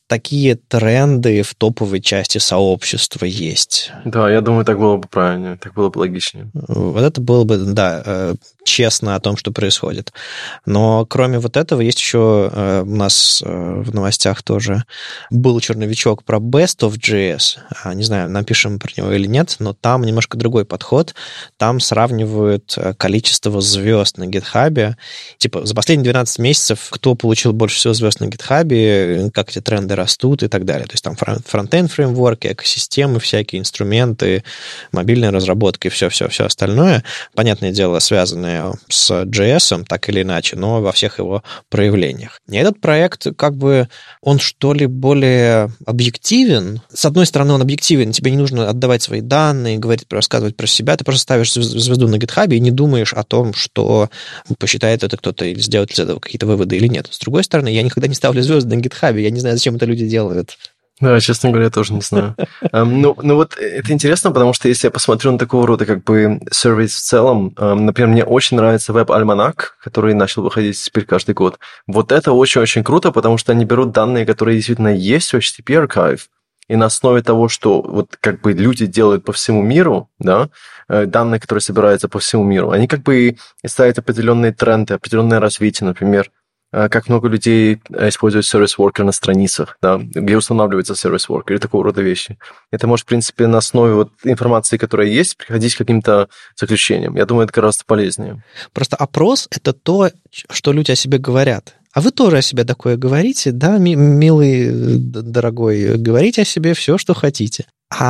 такие тренды в топовой части сообщества есть. Да, я думаю, так было бы правильнее, так было бы логичнее. Вот это было бы, да, честно о том, что происходит. Но кроме вот этого есть еще у нас в новостях тоже был черновичок про Best of JS. Не знаю, напишем про него или нет, но там немножко другой подход. Там сравнивают количество звезд на GitHub. Типа за последние 12 месяцев кто получил больше всего звезд на GitHub, как эти тренды растут и так далее. То есть там фронтенд фреймворки, экосистемы всякие, инструменты, мобильная разработка и все остальное. Понятное дело, связанное с JS, так или иначе, но во всех его проявлениях. И этот проект, как бы, он что ли более объективен. С одной стороны, он объективен, тебе не нужно отдавать свои данные, говорить, рассказывать про себя, ты просто ставишь звезду на GitHub и не думаешь о том, что посчитает это кто-то или сделает из этого какие-то выводы или нет. С другой стороны, я никогда не ставлю звезды на GitHub, я не знаю, зачем это люди делают. Да, честно говоря, я тоже не знаю. Ну вот это интересно, потому что если я посмотрю на такого рода как бы сервис в целом, например, мне очень нравится веб-альманак, который начал выходить теперь каждый год. Вот это очень-очень круто, потому что они берут данные, которые действительно есть в HTTP Archive, и на основе того, что вот как бы люди делают по всему миру, да, данные, которые собираются по всему миру, они как бы ставят определенные тренды, определенное развитие, например, как много людей используют сервис-воркер на страницах, да, где устанавливается сервис-воркер и такого рода вещи. Это может, в принципе, на основе вот информации, которая есть, приходить к каким-то заключениям. Я думаю, это гораздо полезнее. Просто опрос – это то, что люди о себе говорят. А вы тоже о себе такое говорите, да, милый, дорогой, говорите о себе все, что хотите.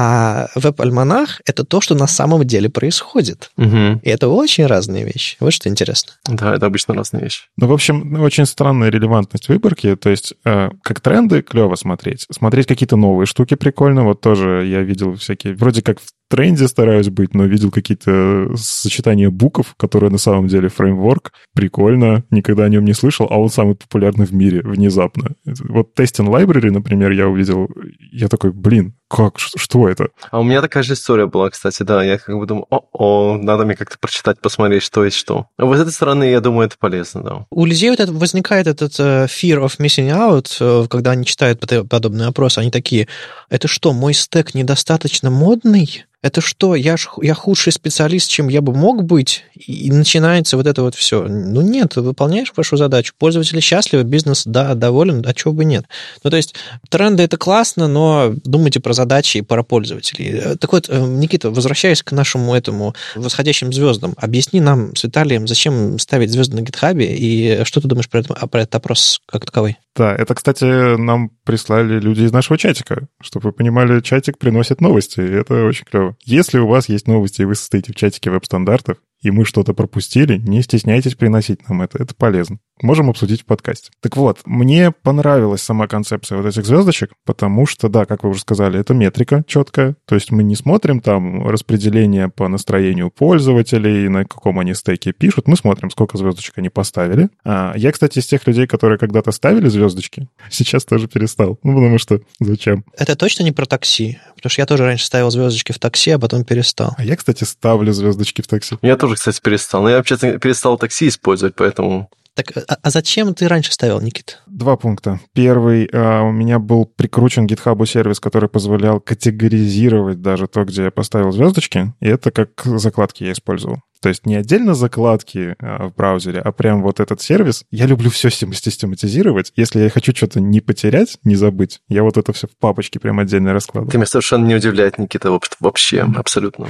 А веб-альманах – это то, что на самом деле происходит. Угу. И это очень разные вещи. Вот что интересно. Да, это обычно разные вещи. Ну, в общем, очень странная релевантность выборки. То есть, как тренды клево смотреть. Смотреть какие-то новые штуки прикольно. Вот тоже я видел всякие... Вроде как в тренде стараюсь быть, но видел какие-то сочетания букв, которые на самом деле фреймворк. Прикольно. Никогда о нем не слышал, а он самый популярный в мире внезапно. Вот Testing Library, например, я увидел. Я такой, блин, как? Что это? А у меня такая же история была, кстати, да. Я как бы думаю, надо мне как-то прочитать, посмотреть, что есть что. А вот с этой стороны, я думаю, это полезно, да. У людей вот возникает этот fear of missing out, когда они читают подобные опросы, они такие, это что, мой стэк недостаточно модный? Это что, я худший специалист, чем я бы мог быть? И начинается вот это вот все. Ну нет, ты выполняешь вашу задачу, пользователи счастливы, бизнес, да, доволен, а чего бы нет. Ну то есть тренды – это классно, но думайте про задачи и про пользователей. Так вот, Никита, возвращаясь к нашему этому восходящим звездам, объясни нам с Виталием, зачем ставить звезды на GitHub, и что ты думаешь про этот опрос как таковой? Да, это, кстати, нам прислали люди из нашего чатика, чтобы вы понимали, чатик приносит новости, и это очень клево. Если у вас есть новости, и вы состоите в чатике веб-стандартов, и мы что-то пропустили, не стесняйтесь приносить нам это полезно. Можем обсудить в подкасте. Так вот, мне понравилась сама концепция вот этих звездочек, потому что, да, как вы уже сказали, это метрика четкая, то есть мы не смотрим там распределение по настроению пользователей, на каком они стеке пишут, мы смотрим, сколько звездочек они поставили. Я, кстати, из тех людей, которые когда-то ставили звездочки, сейчас тоже перестал, потому что зачем? Это точно не про такси? Потому что я тоже раньше ставил звездочки в такси, а потом перестал. А я, кстати, ставлю звездочки в такси. Я тоже, кстати, перестал. Но я вообще перестал такси использовать, поэтому... Так, а зачем ты раньше ставил, Никита? 2 пункта. Первый, у меня был прикручен к GitHub сервис, который позволял категоризировать даже то, где я поставил звездочки, и это как закладки я использовал. То есть не отдельно закладки в браузере, а прям вот этот сервис. Я люблю все систематизировать. Если я хочу что-то не потерять, не забыть, я вот это все в папочке прям отдельно раскладываю. Ты меня совершенно не удивляет, Никита, вообще, абсолютно.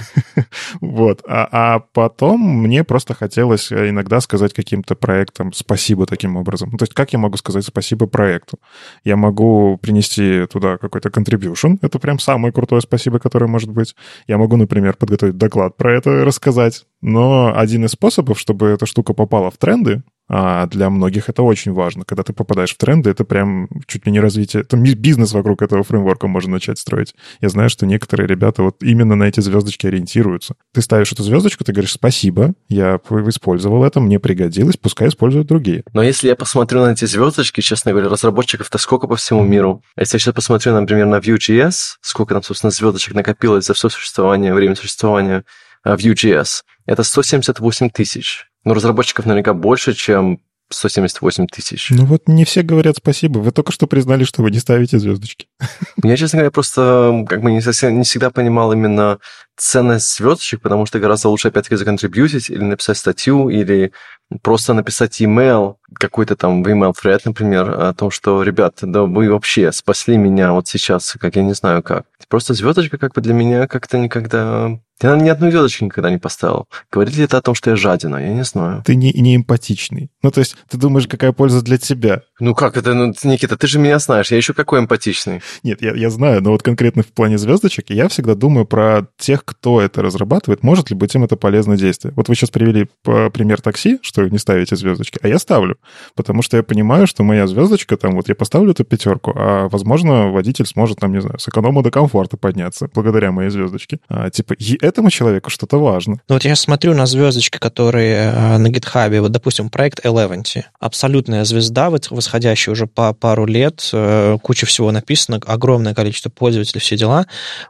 Вот. А потом мне просто хотелось иногда сказать каким-то проектам спасибо таким образом. То есть как я могу сказать спасибо проекту? Я могу принести туда какой-то contribution. Это прям самое крутое спасибо, которое может быть. Я могу, например, подготовить доклад про это, рассказать. Но один из способов, чтобы эта штука попала в тренды, а для многих это очень важно. Когда ты попадаешь в тренды, это прям чуть ли не развитие... Там бизнес вокруг этого фреймворка можно начать строить. Я знаю, что некоторые ребята вот именно на эти звездочки ориентируются. Ты ставишь эту звездочку, ты говоришь спасибо, я использовал это, мне пригодилось, пускай используют другие. Но если я посмотрю на эти звездочки, честно говоря, разработчиков-то сколько по всему миру? Если я сейчас посмотрю, например, на Vue.js, сколько там, собственно, звездочек накопилось за все время существования Vue.js, это 178 тысяч. Но разработчиков наверняка больше, чем 178 тысяч. Ну вот не все говорят спасибо. Вы только что признали, что вы не ставите звездочки. Я, честно говоря, просто как бы не всегда понимал именно ценность звездочек, потому что гораздо лучше, опять-таки, законтрибьютить или написать статью, или просто написать email, какой-то там в email thread, например, о том, что, ребята, да вы вообще спасли меня вот сейчас, как я не знаю как. Просто звездочка как бы для меня как-то никогда... Я ни одной звездочки никогда не поставил. Говорит ли это о том, что я жадина? Я не знаю. Ты не эмпатичный. Ну, то есть ты думаешь, какая польза для тебя? Ну как это? Ну, Никита, ты же меня знаешь, я еще какой эмпатичный. Нет, я знаю, но вот конкретно в плане звездочек я всегда думаю про тех, кто это разрабатывает, может ли быть им это полезное действие. Вот вы сейчас привели пример такси, что не ставите звездочки, а я ставлю, потому что я понимаю, что моя звездочка, там вот я поставлю эту 5, а, возможно, водитель сможет, там, не знаю, с эконома до комфорта подняться благодаря моей звездочке. Типа, и этому человеку что-то важно. Ну вот я смотрю на звездочки, которые на GitHub, вот, допустим, проект Eleventy, абсолютная звезда, восходящая уже по пару лет, куча всего написано, огромное количество пользователей, все дела.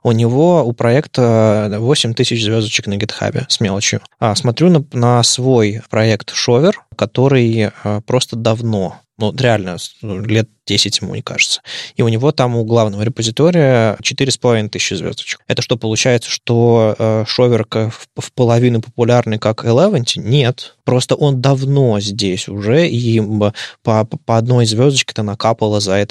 У проекта 8000 звездочек на GitHub с мелочью. Смотрю на свой проект Shover, который просто давно, реально, лет 10 ему, мне кажется. И у него там у главного репозитория 4500 звездочек. Это что, получается, что Shover в половину популярный, как Eleventy? Нет. Просто он давно здесь уже, и по одной звездочке-то накапало за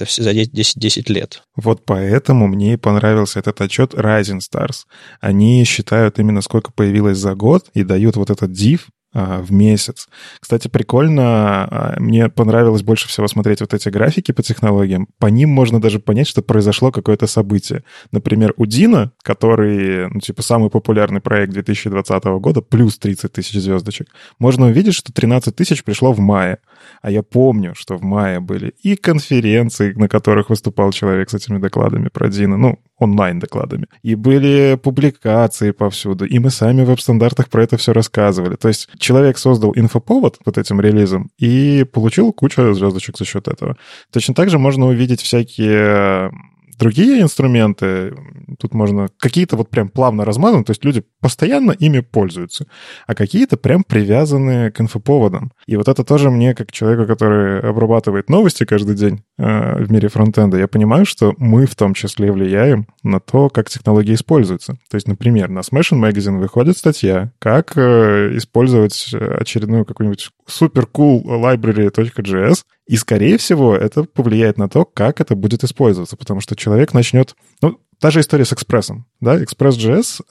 10 лет. Вот поэтому мне и понравился этот отчет Rising Stars. Они считают именно сколько появилось за год и дают вот этот div в месяц. Кстати, прикольно, мне понравилось больше всего смотреть вот эти графики по технологиям. По ним можно даже понять, что произошло какое-то событие. Например, у Дина, который, самый популярный проект 2020 года, плюс 30 тысяч звездочек, можно увидеть, что 13 тысяч пришло в мае. А я помню, что в мае были и конференции, на которых выступал человек с этими докладами про Дина, онлайн-докладами. И были публикации повсюду, и мы сами в веб-стандартах про это все рассказывали. То есть человек создал инфоповод вот этим релизом и получил кучу звездочек за счет этого. Точно так же можно увидеть всякие другие инструменты. Тут можно какие-то вот прям плавно размазаны, то есть люди постоянно ими пользуются, а какие-то прям привязаны к инфоповодам. И вот это тоже мне, как человеку, который обрабатывает новости каждый день в мире фронтенда, я понимаю, что мы в том числе влияем на то, как технологии используются. То есть, например, на Smashing Magazine выходит статья, как использовать очередную какую-нибудь super cool library.js, и, скорее всего, это повлияет на то, как это будет использоваться, потому что человек начнет... Та же история с Express, да, Express.js,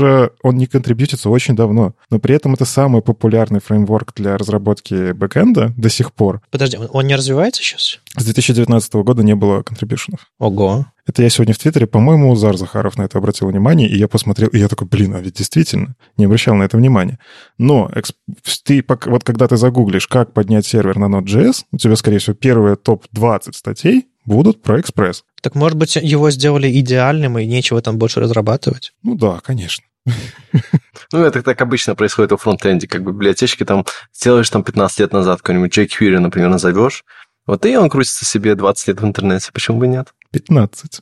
он не контрибьютится очень давно, но при этом это самый популярный фреймворк для разработки бэкэнда до сих пор. Подожди, он не развивается сейчас? С 2019 года не было контрибьюшенов. Ого. Это я сегодня в Твиттере, по-моему, Зар Захаров на это обратил внимание, и я посмотрел, и я такой, а ведь действительно, не обращал на это внимания. Но вот когда ты загуглишь, как поднять сервер на Node.js, у тебя, скорее всего, первые топ-20 статей будут про Express. Так, может быть, его сделали идеальным, и нечего там больше разрабатывать? Ну да, конечно. Это так обычно происходит во фронтенде, как бы библиотечки там сделаешь 15 лет назад какой-нибудь jQuery, например, назовешь, и он крутится себе 20 лет в интернете, почему бы и нет? 15.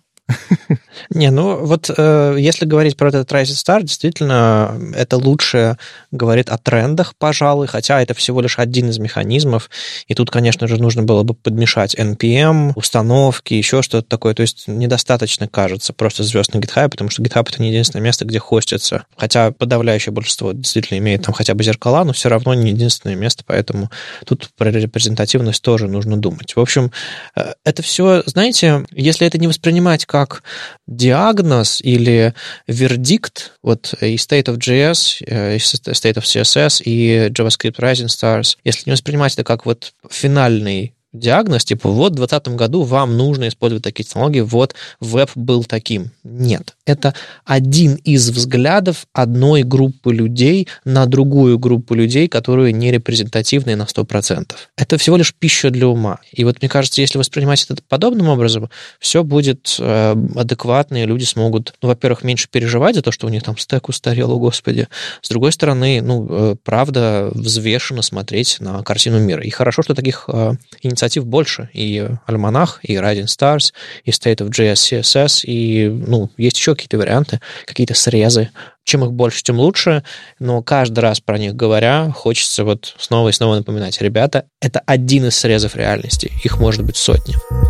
Если говорить про этот Rising Star, действительно, это лучше говорит о трендах, пожалуй, хотя это всего лишь один из механизмов, и тут, конечно же, нужно было бы подмешать NPM, установки, еще что-то такое, то есть недостаточно, кажется, просто звезд на GitHub, потому что GitHub — это не единственное место, где хостится, хотя подавляющее большинство действительно имеет там хотя бы зеркала, но все равно не единственное место, поэтому тут про репрезентативность тоже нужно думать. В общем, это все, знаете, если это не воспринимать как диагноз или вердикт, и State of JS, и State of CSS, и JavaScript Rising Stars, если не воспринимать это как финальный диагноз, в 2020 году вам нужно использовать такие технологии, веб был таким. Нет. Это один из взглядов одной группы людей на другую группу людей, которые не репрезентативны на 100%. Это всего лишь пища для ума. И мне кажется, если воспринимать это подобным образом, все будет адекватно, и люди смогут, во-первых, меньше переживать за то, что у них там стэк устарел, о господи. С другой стороны, правда, взвешенно смотреть на картину мира. И хорошо, что таких инициатив инициатив больше. И Альманах, и Rising Stars, и State of JS CSS, и есть еще какие-то варианты, какие-то срезы. Чем их больше, тем лучше, но каждый раз про них говоря, хочется снова и снова напоминать. Ребята, это один из срезов реальности, их может быть сотни.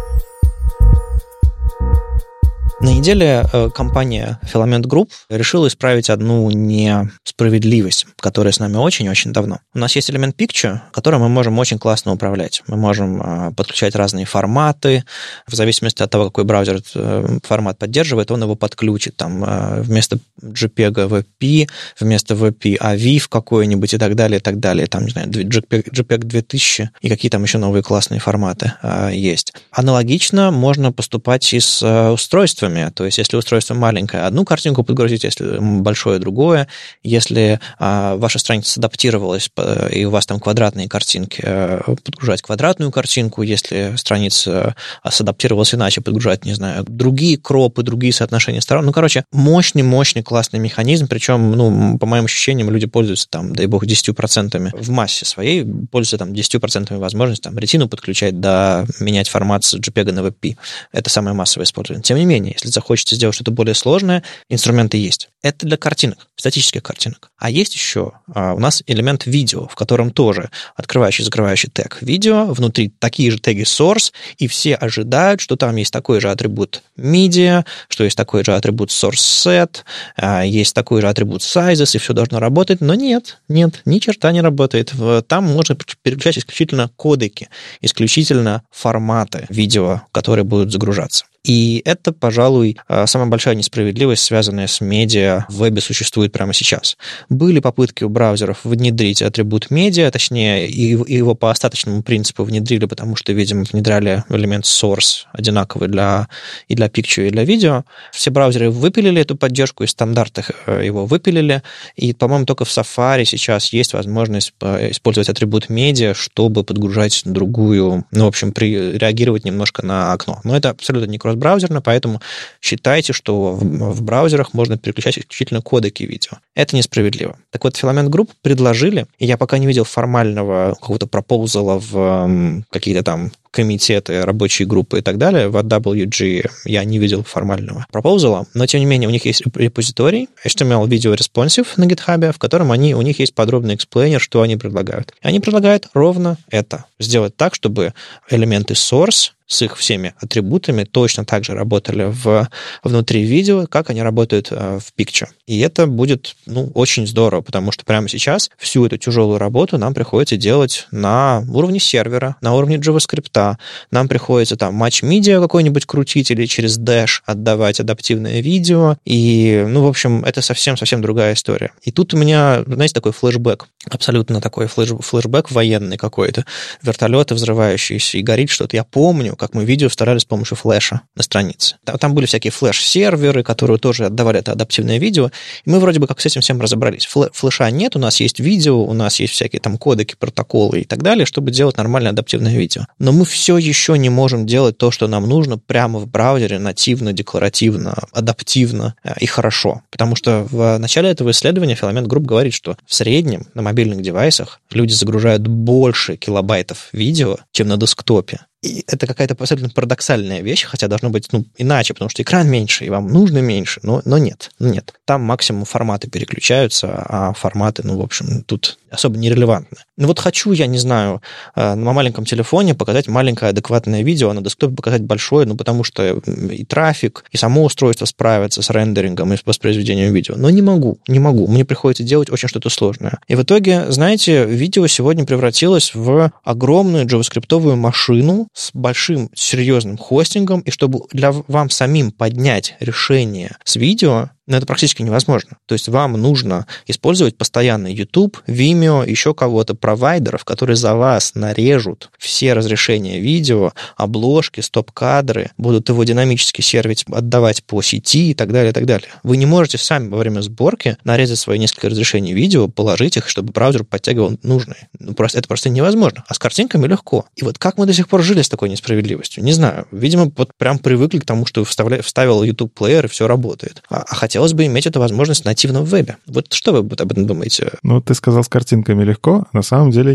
На неделе компания Filament Group решила исправить одну несправедливость, которая с нами очень-очень давно. У нас есть элемент Picture, которым мы можем очень классно управлять. Мы можем подключать разные форматы. В зависимости от того, какой браузер формат поддерживает, он его подключит. Там вместо JPEG WebP, вместо WebP AVIF какой-нибудь и так далее, и так далее. Там, не знаю, JPEG 2000 и какие там еще новые классные форматы есть. Аналогично можно поступать и с устройствами. То есть, если устройство маленькое, одну картинку подгрузить, если большое, другое. Если ваша страница адаптировалась, и у вас там квадратные картинки, подгружать квадратную картинку. Если страница адаптировалась иначе, подгружать, не знаю, другие кропы, другие соотношения сторон. Мощный, классный механизм. Причем, по моим ощущениям, люди пользуются, дай бог, 10% в массе своей, пользуются 10% возможностью ретину подключать, менять формат с JPEG на WebP. Это самое массовое использование. Тем не менее, если захочется сделать что-то более сложное, инструменты есть. Это для картинок, статических картинок. А есть еще у нас элемент видео, в котором тоже открывающий и закрывающий тег видео, внутри такие же теги source, и все ожидают, что там есть такой же атрибут media, что есть такой же атрибут source set, есть такой же атрибут sizes, и все должно работать. Но нет, ни черта не работает. Там можно переключать исключительно кодеки, исключительно форматы видео, которые будут загружаться. И это, пожалуй, самая большая несправедливость, связанная с медиа в вебе, существует прямо сейчас. Были попытки у браузеров внедрить атрибут медиа, точнее, его по остаточному принципу внедрили, потому что, видимо, внедряли элемент source одинаковый и для picture, и для видео. Все браузеры выпилили эту поддержку, из стандартов его выпилили, и, по-моему, только в Safari сейчас есть возможность использовать атрибут медиа, чтобы подгружать другую, реагировать немножко на окно. Но это абсолютно не кросс-браузерно, поэтому считайте, что в браузерах можно переключать исключительно кодеки видео. Это несправедливо. Так вот, Filament Group предложили, и я пока не видел формального какого-то пропозала в какие-то там комитеты, рабочие группы и так далее. В WG я не видел формального пропозала, но, тем не менее, у них есть репозиторий HTML Video Responsive на GitHub, в котором у них есть подробный эксплейнер, что они предлагают. И они предлагают ровно это. Сделать так, чтобы элементы source с их всеми атрибутами точно так же работали внутри видео, как они работают в Picture. И это будет, очень здорово, потому что прямо сейчас всю эту тяжелую работу нам приходится делать на уровне сервера, на уровне JavaScript. Нам приходится Match Media какой-нибудь крутить или через Dash отдавать адаптивное видео. И, это совсем другая история. И тут у меня, знаете, такой флешбэк, абсолютно такой флешбэк военный какой-то. Вертолеты взрывающиеся, и горит что-то. Я помню, как мы видео вставляли с помощью флеша на странице. Там были всякие флеш-серверы, которые тоже отдавали это адаптивное видео, и мы вроде бы как с этим всем разобрались. Флеша нет, у нас есть видео, у нас есть всякие там кодеки, протоколы и так далее, чтобы делать нормальное адаптивное видео. Но мы все еще не можем делать то, что нам нужно прямо в браузере, нативно, декларативно, адаптивно и хорошо. Потому что в начале этого исследования Filament Group говорит, что в среднем на мобильных девайсах люди загружают больше килобайтов видео, чем на десктопе. И это какая-то абсолютно парадоксальная вещь, хотя должно быть иначе, потому что экран меньше, и вам нужно меньше, но нет. Там максимум форматы переключаются, а форматы, тут особо нерелевантны. Хочу я, не знаю, на маленьком телефоне показать маленькое адекватное видео, а на десктопе показать большое, потому что и трафик, и само устройство справится с рендерингом и с воспроизведением видео. Но не могу. Мне приходится делать очень что-то сложное. И в итоге, знаете, видео сегодня превратилось в огромную джаваскриптовую машину с большим серьезным хостингом, и чтобы вам самим поднять решение с видео, это практически невозможно. То есть вам нужно использовать постоянно YouTube, Vimeo, еще кого-то, провайдеров, которые за вас нарежут все разрешения видео, обложки, стоп-кадры, будут его динамически сервить, отдавать по сети и так далее, и так далее. Вы не можете сами во время сборки нарезать свои несколько разрешений видео, положить их, чтобы браузер подтягивал нужные. Это просто невозможно. А с картинками легко. И как мы до сих пор жили с такой несправедливостью? Не знаю. Видимо, прям привыкли к тому, что вставил YouTube-плеер, и все работает. Хотелось бы иметь эту возможность нативно в вебе. Что вы об этом думаете? Ты сказал, с картинками легко, а на самом деле нет.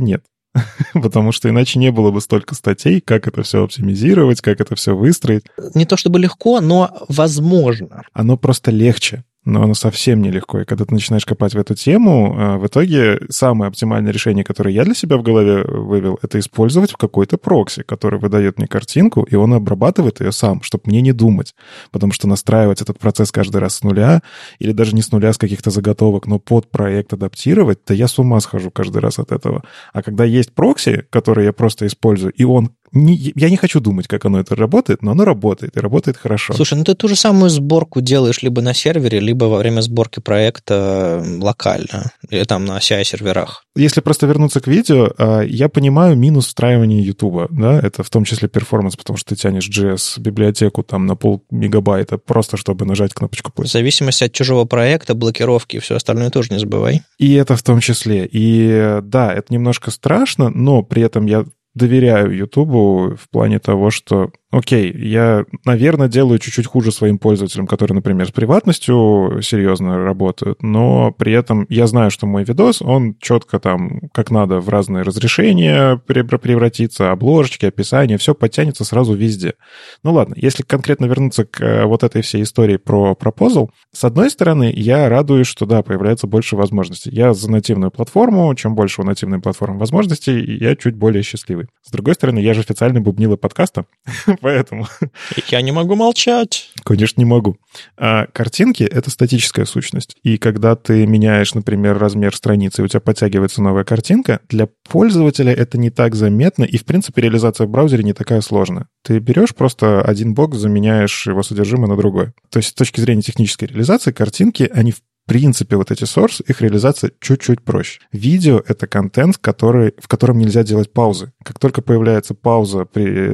потому что иначе не было бы столько статей, как это все оптимизировать, как это все выстроить. Не то чтобы легко, но возможно. Оно просто легче. Но оно совсем нелегко. И когда ты начинаешь копать в эту тему, в итоге самое оптимальное решение, которое я для себя в голове вывел, это использовать какой-то прокси, который выдает мне картинку, и он обрабатывает ее сам, чтобы мне не думать. Потому что настраивать этот процесс каждый раз с нуля, или даже не с нуля, с каких-то заготовок, но под проект адаптировать, да я с ума схожу каждый раз от этого. А когда есть прокси, который я просто использую, и он я не хочу думать, как оно это работает, но оно работает, и работает хорошо. Слушай, ну ты ту же самую сборку делаешь либо на сервере, либо во время сборки проекта локально, или там на CI-серверах. Если просто вернуться к видео, я понимаю минус встраивания YouTube, да, это в том числе перформанс, потому что ты тянешь JS-библиотеку там на 0,5 мегабайта, просто чтобы нажать кнопочку play. В зависимости от чужого проекта, блокировки и все остальное тоже не забывай. И это в том числе. И да, это немножко страшно, но при этом я доверяю Ютубу в плане того, что, окей, я, наверное, делаю чуть-чуть хуже своим пользователям, которые, например, с приватностью серьезно работают, но при этом я знаю, что мой видос, он четко там, как надо, в разные разрешения превратится, обложечки, описание, все подтянется сразу везде. Ну ладно, если конкретно вернуться к вот этой всей истории про Proposal, с одной стороны, я радуюсь, что, да, появляется больше возможностей. Я за нативную платформу, чем больше у нативной платформы возможностей, я чуть более счастливый. С другой стороны, я же официальный бубнила подкаста, поэтому... Я не могу молчать. Конечно, не могу. А картинки — это статическая сущность. И когда ты меняешь, например, размер страницы, и у тебя подтягивается новая картинка, для пользователя это не так заметно, и, в принципе, реализация в браузере не такая сложная. Ты берешь просто один бокс, заменяешь его содержимое на другой. То есть с точки зрения технической реализации картинки, они в принципе, вот эти source, их реализация чуть-чуть проще. Видео — это контент, в котором нельзя делать паузы. Как только появляется пауза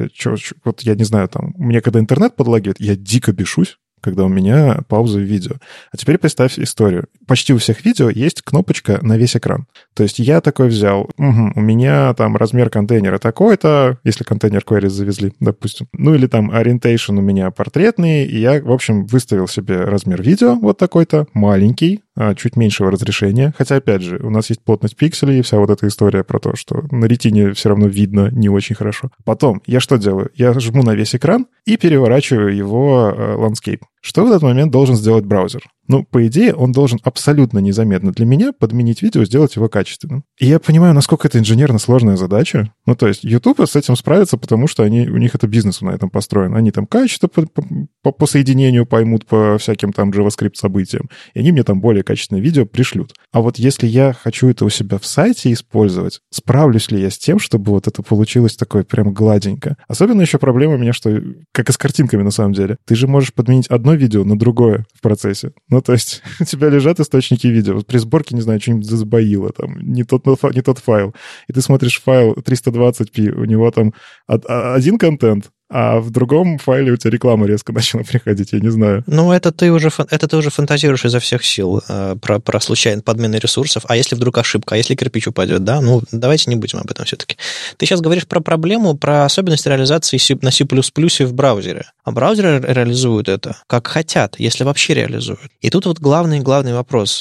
вот я не знаю, там, мне когда интернет подлагивает, я дико бешусь, когда у меня пауза в видео. А теперь представь историю. Почти у всех видео есть кнопочка на весь экран. То есть я такой взял, у меня там размер контейнера такой-то, если контейнер queries завезли, допустим. Ну или там orientation у меня портретный, и я, в общем, выставил себе размер видео вот такой-то, маленький, чуть меньшего разрешения. Хотя, опять же, у нас есть плотность пикселей и вся вот эта история про то, что на ретине все равно видно не очень хорошо. Потом я что делаю? Я жму на весь экран и переворачиваю его landscape. Что в этот момент должен сделать браузер? Ну, по идее, он должен абсолютно незаметно для меня подменить видео, сделать его качественным. И я понимаю, насколько это инженерно сложная задача. Ну, то есть YouTube с этим справится, потому что у них это бизнес на этом построен. Они там качество по соединению поймут по всяким там JavaScript событиям, и они мне там более качественное видео пришлют. А вот если я хочу это у себя в сайте использовать, справлюсь ли я с тем, чтобы вот это получилось такое прям гладенько? Особенно еще проблема у меня, что, как и с картинками на самом деле, ты же можешь подменить одно видео на другое в процессе. Ну, то есть у тебя лежат источники видео. Вот при сборке, не знаю, что-нибудь забоило, там, не тот файл. И ты смотришь файл 320p, у него там один контент, а в другом файле у тебя реклама резко начала приходить, я не знаю. Ну, это ты уже фантазируешь изо всех сил про случайную подмену ресурсов. А если вдруг ошибка, а если кирпич упадет, да? Ну, давайте не будем об этом все-таки. Ты сейчас говоришь про проблему, про особенность реализации на C++ в браузере. А браузеры реализуют это как хотят, если вообще реализуют. И тут вот главный вопрос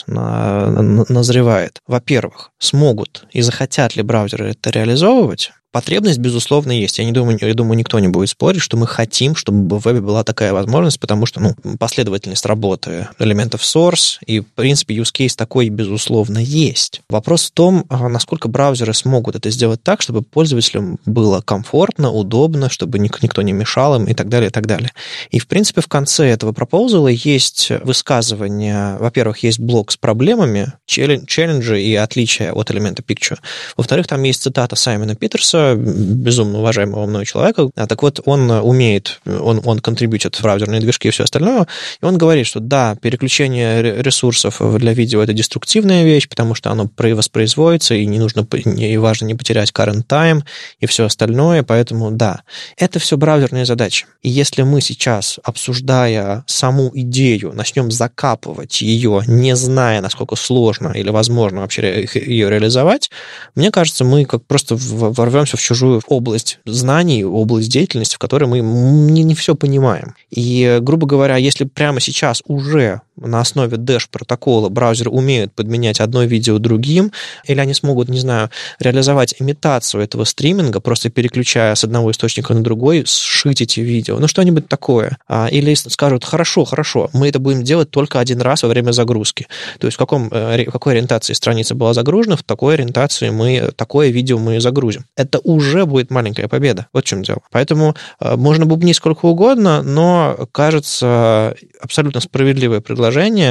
назревает. Во-первых, смогут и захотят ли браузеры это реализовывать? Потребность, безусловно, есть. Я думаю, никто не будет спорить, что мы хотим, чтобы в вебе была такая возможность, потому что последовательность работы элементов source и, в принципе, use case такой, безусловно, есть. Вопрос в том, насколько браузеры смогут это сделать так, чтобы пользователям было комфортно, удобно, чтобы никто не мешал им и так далее, и так далее. И, в принципе, в конце этого пропозала есть высказывание. Во-первых, есть блок с проблемами, челленджи и отличия от элемента picture. Во-вторых, там есть цитата Саймона Питерса, безумно уважаемого мной человека. Так вот, он умеет, он контрибьютит в браузерные движки и все остальное, и он говорит, что да, переключение ресурсов для видео — это деструктивная вещь, потому что оно воспроизводится, и не нужно, и важно не потерять current time и все остальное, поэтому да, это все браузерные задачи. И если мы сейчас, обсуждая саму идею, начнем закапывать ее, не зная, насколько сложно или возможно вообще ее реализовать, мне кажется, мы как просто ворвемся в чужую область знаний, область деятельности, в которой мы не все понимаем. И, грубо говоря, если прямо сейчас уже на основе Dash-протокола браузеры умеют подменять одно видео другим, или они смогут, не знаю, реализовать имитацию этого стриминга, просто переключая с одного источника на другой, сшить эти видео, ну, что-нибудь такое. Или скажут, хорошо, мы это будем делать только один раз во время загрузки. То есть в какой ориентации страница была загружена, в такой ориентации такое видео мы загрузим. Это уже будет маленькая победа. Вот в чем дело. Поэтому можно бубнить сколько угодно, но, кажется, абсолютно справедливое предложение,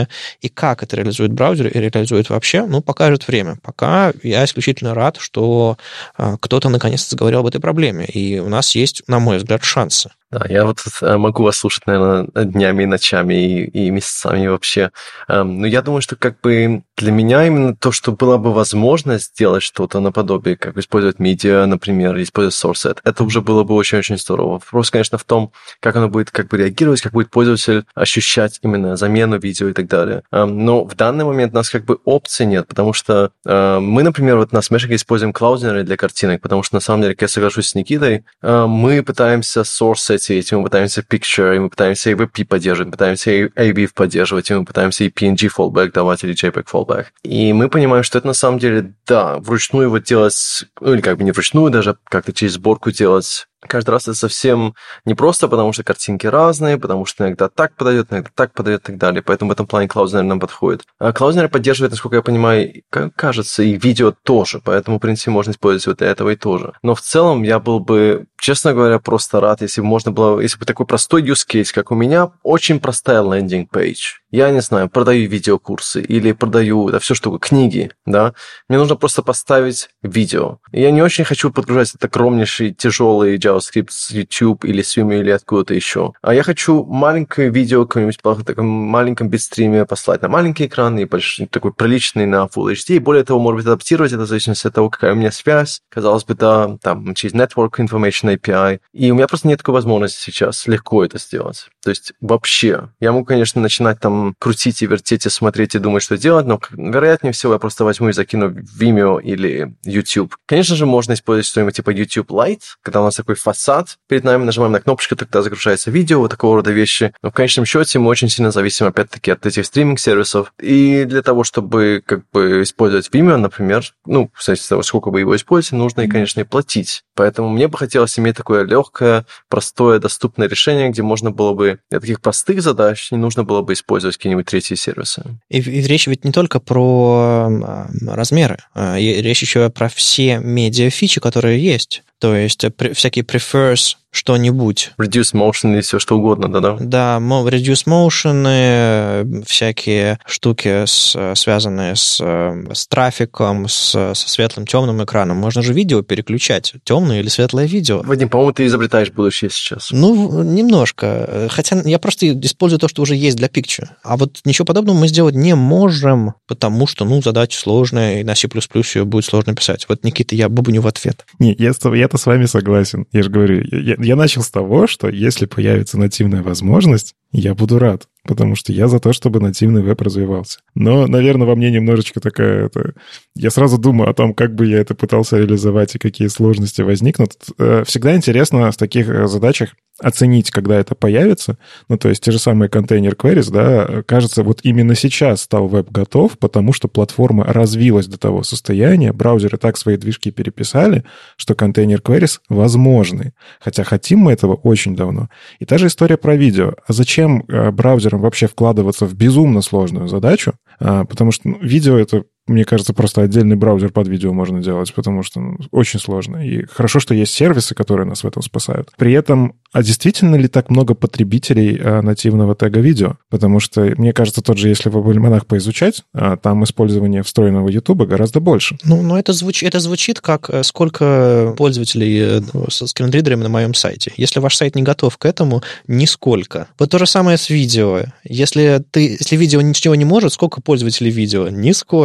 и как это реализует браузер и реализует вообще, покажет время. Пока я исключительно рад, что кто-то наконец-то заговорил об этой проблеме, и у нас есть, на мой взгляд, шансы. Да, я вот могу вас слушать, наверное, днями и ночами и месяцами вообще. Но я думаю, что как бы для меня именно то, что была бы возможность сделать что-то наподобие, как использовать медиа, например, или использовать SourceSet, это уже было бы очень-очень здорово. Вопрос, конечно, в том, как оно будет как бы реагировать, как будет пользователь ощущать именно замену видео и так далее. Но в данный момент у нас как бы опций нет, потому что мы, например, вот на Smashing используем Cloudinary для картинок, потому что на самом деле, как я соглашусь с Никитой, мы пытаемся SourceSet, мы пытаемся Picture, и мы пытаемся AVP поддерживать, мы пытаемся AVIF поддерживать, и мы пытаемся и PNG fallback давать, или JPEG fallback. И мы понимаем, что это на самом деле, да, вручную вот делать, или как бы не вручную, даже как-то через сборку делать, каждый раз это совсем непросто, потому что картинки разные, потому что иногда так подойдет, иногда так подойдет и так далее. Поэтому в этом плане Cloudinary нам подходит. А Cloudinary поддерживает, насколько я понимаю, кажется, и видео тоже. Поэтому, в принципе, можно использовать вот для этого и тоже. Но в целом я был бы, честно говоря, просто рад, если бы можно было, если бы такой простой use case, как у меня, очень простая лендинг-пейдж. Я не знаю, продаю видеокурсы или продаю, да, все что, книги, да. Мне нужно просто поставить видео. И я не очень хочу подгружать это огромнейший, тяжелый JavaScript с YouTube или с Vimeo или откуда-то еще. А я хочу маленькое видео в каком-нибудь таком маленьком битстриме послать на маленький экран и такой приличный на Full HD. И более того, может быть, адаптировать это в зависимости от того, какая у меня связь. Казалось бы, да, там, через Network Information API. И у меня просто нет такой возможности сейчас легко это сделать. То есть вообще, я могу, конечно, начинать там крутить и вертеть и смотреть и думать, что делать, но, вероятнее всего, я просто возьму и закину в Vimeo или YouTube. Конечно же, можно использовать что-нибудь типа YouTube Lite, когда у нас такой фасад перед нами, нажимаем на кнопочку, тогда загружается видео, вот такого рода вещи. Но в конечном счете мы очень сильно зависим, опять-таки, от этих стриминг-сервисов. И для того, чтобы как бы использовать Vimeo, например, в зависимости от того, сколько вы его используете, нужно, и, конечно, и платить. Поэтому мне бы хотелось иметь такое легкое, простое, доступное решение, где можно было бы для таких простых задач не нужно было бы использовать какие-нибудь третьи сервисы. И речь ведь не только про размеры. Речь еще про все медиа-фичи, которые есть. То есть всякие prefers, что-нибудь. Reduce motion и все что угодно, да-да? Да, reduce motion, всякие штуки, связанные с трафиком, со светлым, темным экраном. Можно же видео переключать, темное или светлое видео. Вадим, по-моему, ты изобретаешь будущее сейчас. Немножко. Хотя я просто использую то, что уже есть для Picture. А вот ничего подобного мы сделать не можем, потому что, задача сложная, и на C++ ее будет сложно писать. Вот, Никита, я бубню в ответ. Не, я-то с вами согласен. Я же говорю, я начал с того, что если появится нативная возможность, я буду рад, потому что я за то, чтобы нативный веб развивался. Но, наверное, во мне немножечко такая... Я сразу думаю о том, как бы я это пытался реализовать и какие сложности возникнут. Всегда интересно в таких задачах оценить, когда это появится. То есть те же самые контейнер queries, да, кажется, вот именно сейчас стал веб готов, потому что платформа развилась до того состояния, браузеры так свои движки переписали, что контейнер queries возможны. Хотя хотим мы этого очень давно. И та же история про видео. А зачем браузерам вообще вкладываться в безумно сложную задачу? Потому что видео — это, мне кажется, просто отдельный браузер под видео можно делать, потому что очень сложно. И хорошо, что есть сервисы, которые нас в этом спасают. При этом, а действительно ли так много потребителей нативного тега видео? Потому что, мне кажется, тот же, если в альманах поизучать, там использование встроенного YouTube гораздо больше. Это звучит как сколько пользователей со скринридерами на моем сайте. Если ваш сайт не готов к этому, нисколько. Вот то же самое с видео. Если видео ничего не может, сколько пользователей видео? Нисколько.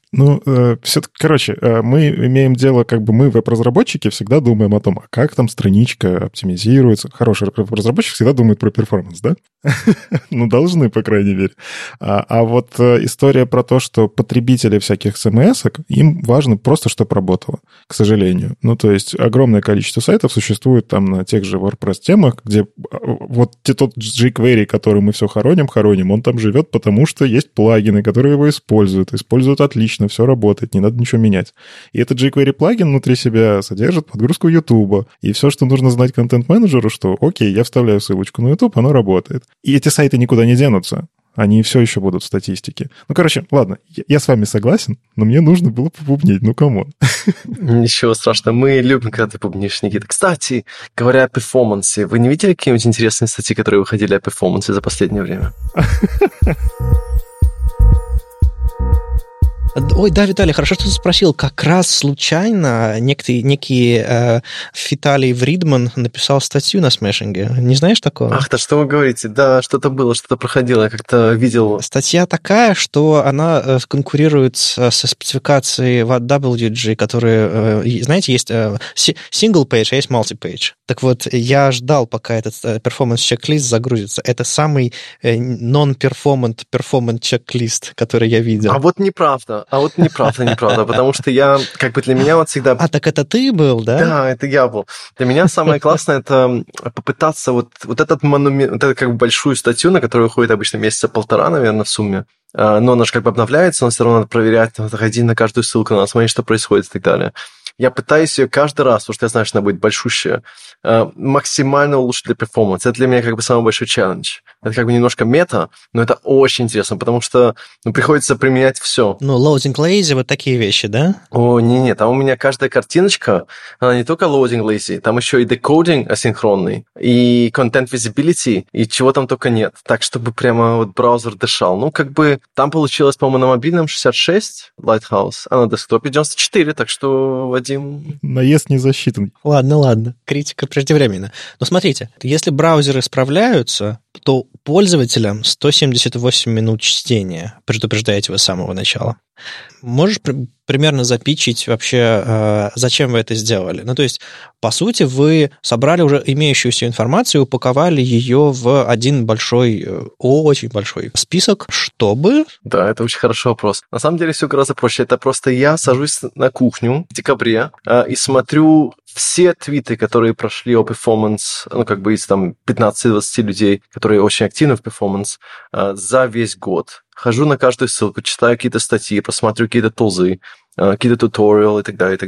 Ну, все-таки, короче, мы имеем дело, как бы мы, веб-разработчики, всегда думаем о том, а как там страничка оптимизируется. Хороший веб-разработчик всегда думает про перформанс, да? Ну, должны, по крайней мере. А вот история про то, что потребители всяких CMS-ок, им важно просто, чтобы работало, к сожалению. Ну, то есть огромное количество сайтов существует там на тех же WordPress-темах, где вот тот jQuery, который мы все хороним, он там живет, потому что есть плагины, которые его используют отлично, все работает, не надо ничего менять. И этот jQuery плагин внутри себя содержит подгрузку YouTube. И все, что нужно знать контент-менеджеру, что окей, я вставляю ссылочку на YouTube, оно работает. И эти сайты никуда не денутся. Они все еще будут в статистике. Ну, короче, ладно, я с вами согласен, но мне нужно было побубнить. Ну, камон. Ничего страшного. Мы любим, когда ты бубнишь, Никита. Кстати, говоря о перформансе, вы не видели какие-нибудь интересные статьи, которые выходили о перформансе за последнее время? Ой, да, Виталий, хорошо, что ты спросил. Как раз случайно некий Виталий Вридман написал статью на смешинге. Не знаешь такого? Ах, да что вы говорите? Да, что-то было, что-то проходило, я как-то видел. Статья такая, что она конкурирует со спецификацией WG, которые, знаете, есть single page, а есть multi-page. Так вот, я ждал, пока этот перформанс-чек-лист загрузится. Это самый non-performant чек-лист, который я видел. А вот неправда, потому что я, как бы для меня вот всегда... А, так это ты был, да? Да, это я был. Для меня самое классное, это попытаться вот этот монумент, вот эту как бы большую статью, на которую уходит обычно месяца полтора, наверное, в сумме, но она же как бы обновляется, но все равно надо проверять, надо ходить на каждую ссылку, надо смотреть, что происходит и так далее. Я пытаюсь ее каждый раз, потому что я знаю, что она будет большущая, максимально улучшить для перформанса. Это для меня как бы самый большой челлендж. Это как бы немножко мета, но это очень интересно, потому что приходится применять все. Ну, loading lazy, вот такие вещи, да? О, не, там у меня каждая картиночка, она не только loading lazy, там еще и decoding асинхронный, и content visibility, и чего там только нет. Так, чтобы прямо вот браузер дышал. Ну, как бы там получилось, по-моему, на мобильном 66 Lighthouse, а на десктопе 94, так что, Вадим... Наезд не засчитан. Ладно. Критика преждевременна. Но смотрите, если браузеры справляются, то пользователям 178 минут чтения, предупреждаете вы с самого начала. Можешь примерно запичить вообще, зачем вы это сделали? Ну, то есть, по сути, вы собрали уже имеющуюся информацию и упаковали ее в один большой, очень большой список, чтобы... Да, это очень хороший вопрос. На самом деле все гораздо проще. Это просто я сажусь на кухню в декабре и смотрю все твиты, которые прошли о перформанс, ну, как бы из там 15-20 людей, которые очень активны в перформанс, за весь год. Хожу на каждую ссылку, читаю какие-то статьи, просматриваю какие-то тулзы, какие-то туториалы и так далее.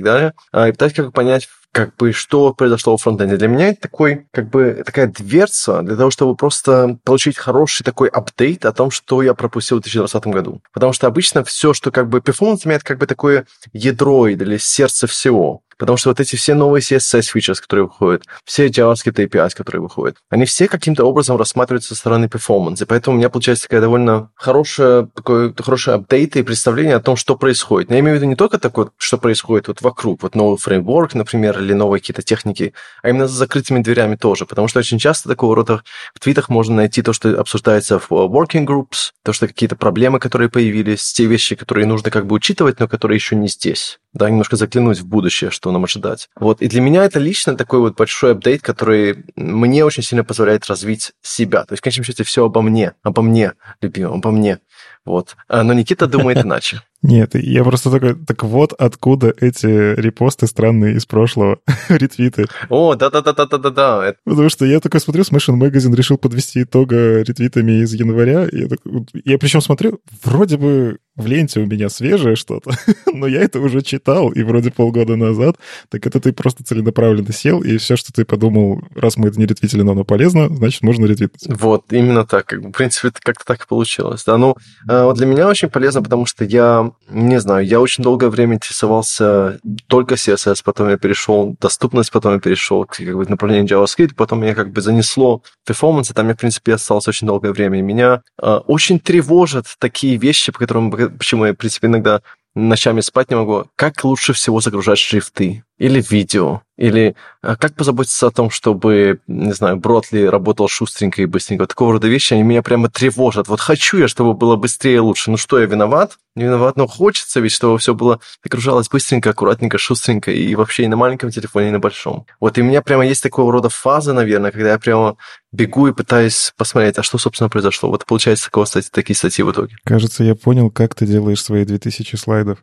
И пытаюсь как бы понять, как бы, что произошло в фронтенде. Для меня это такой, как бы, такая дверца для того, чтобы просто получить хороший такой апдейт о том, что я пропустил в 2020 году. Потому что обычно все, что как бы перформанс имеет как бы такое ядро или сердце всего. Потому что вот эти все новые CSS features, которые выходят, все JavaScript APIs, которые выходят, они все каким-то образом рассматриваются со стороны перформанса. И поэтому у меня получается такая довольно хорошая апдейт и представление о том, что происходит. Но я имею в виду не только такое, что происходит вот вокруг, вот новый фреймворк, например, или новые какие-то техники, а именно за закрытыми дверями тоже. Потому что очень часто такого рода в твитах можно найти то, что обсуждается в working groups, то, что какие-то проблемы, которые появились, те вещи, которые нужно как бы учитывать, но которые еще не здесь. Да, немножко заглянуть в будущее, что нам ожидать. Вот. И для меня это лично такой вот большой апдейт, который мне очень сильно позволяет развить себя. То есть, в конечном счете, все обо мне, любимом, обо мне. Вот. Но Никита думает иначе. Нет, я просто такой, так вот откуда эти репосты странные из прошлого, ретвиты. О, да. Потому что я такой смотрю, Smashing Magazine решил подвести итога ретвитами из января. Я причем смотрю, вроде бы в ленте у меня свежее что-то, но я это уже читал, и вроде полгода назад. Так это ты просто целенаправленно сел, и все, что ты подумал, раз мы это не ретвитили, но оно полезно, значит, можно ретвитить. Вот, именно так. В принципе, это как-то так и получилось. Да, ну, вот для меня очень полезно, потому что я очень долгое время интересовался только CSS, потом я перешел доступность, потом я перешел к как бы, направлению JavaScript, потом меня как бы занесло перформанс, и там я, в принципе, остался очень долгое время. И меня очень тревожат такие вещи, почему я, в принципе, иногда ночами спать не могу. Как лучше всего загружать шрифты? или видео, или как позаботиться о том, чтобы, не знаю, Бротли работал шустренько и быстренько. Такого рода вещи, они меня прямо тревожат. Вот хочу я, чтобы было быстрее и лучше. Ну что, я виноват? Не виноват, но хочется ведь, чтобы все было загружалось быстренько, аккуратненько, шустренько, и вообще и на маленьком телефоне, и на большом. Вот, и у меня прямо есть такого рода фаза, наверное, когда я прямо бегу и пытаюсь посмотреть, а что, собственно, произошло. Вот получается такие статьи в итоге. Кажется, я понял, как ты делаешь свои 2000 слайдов.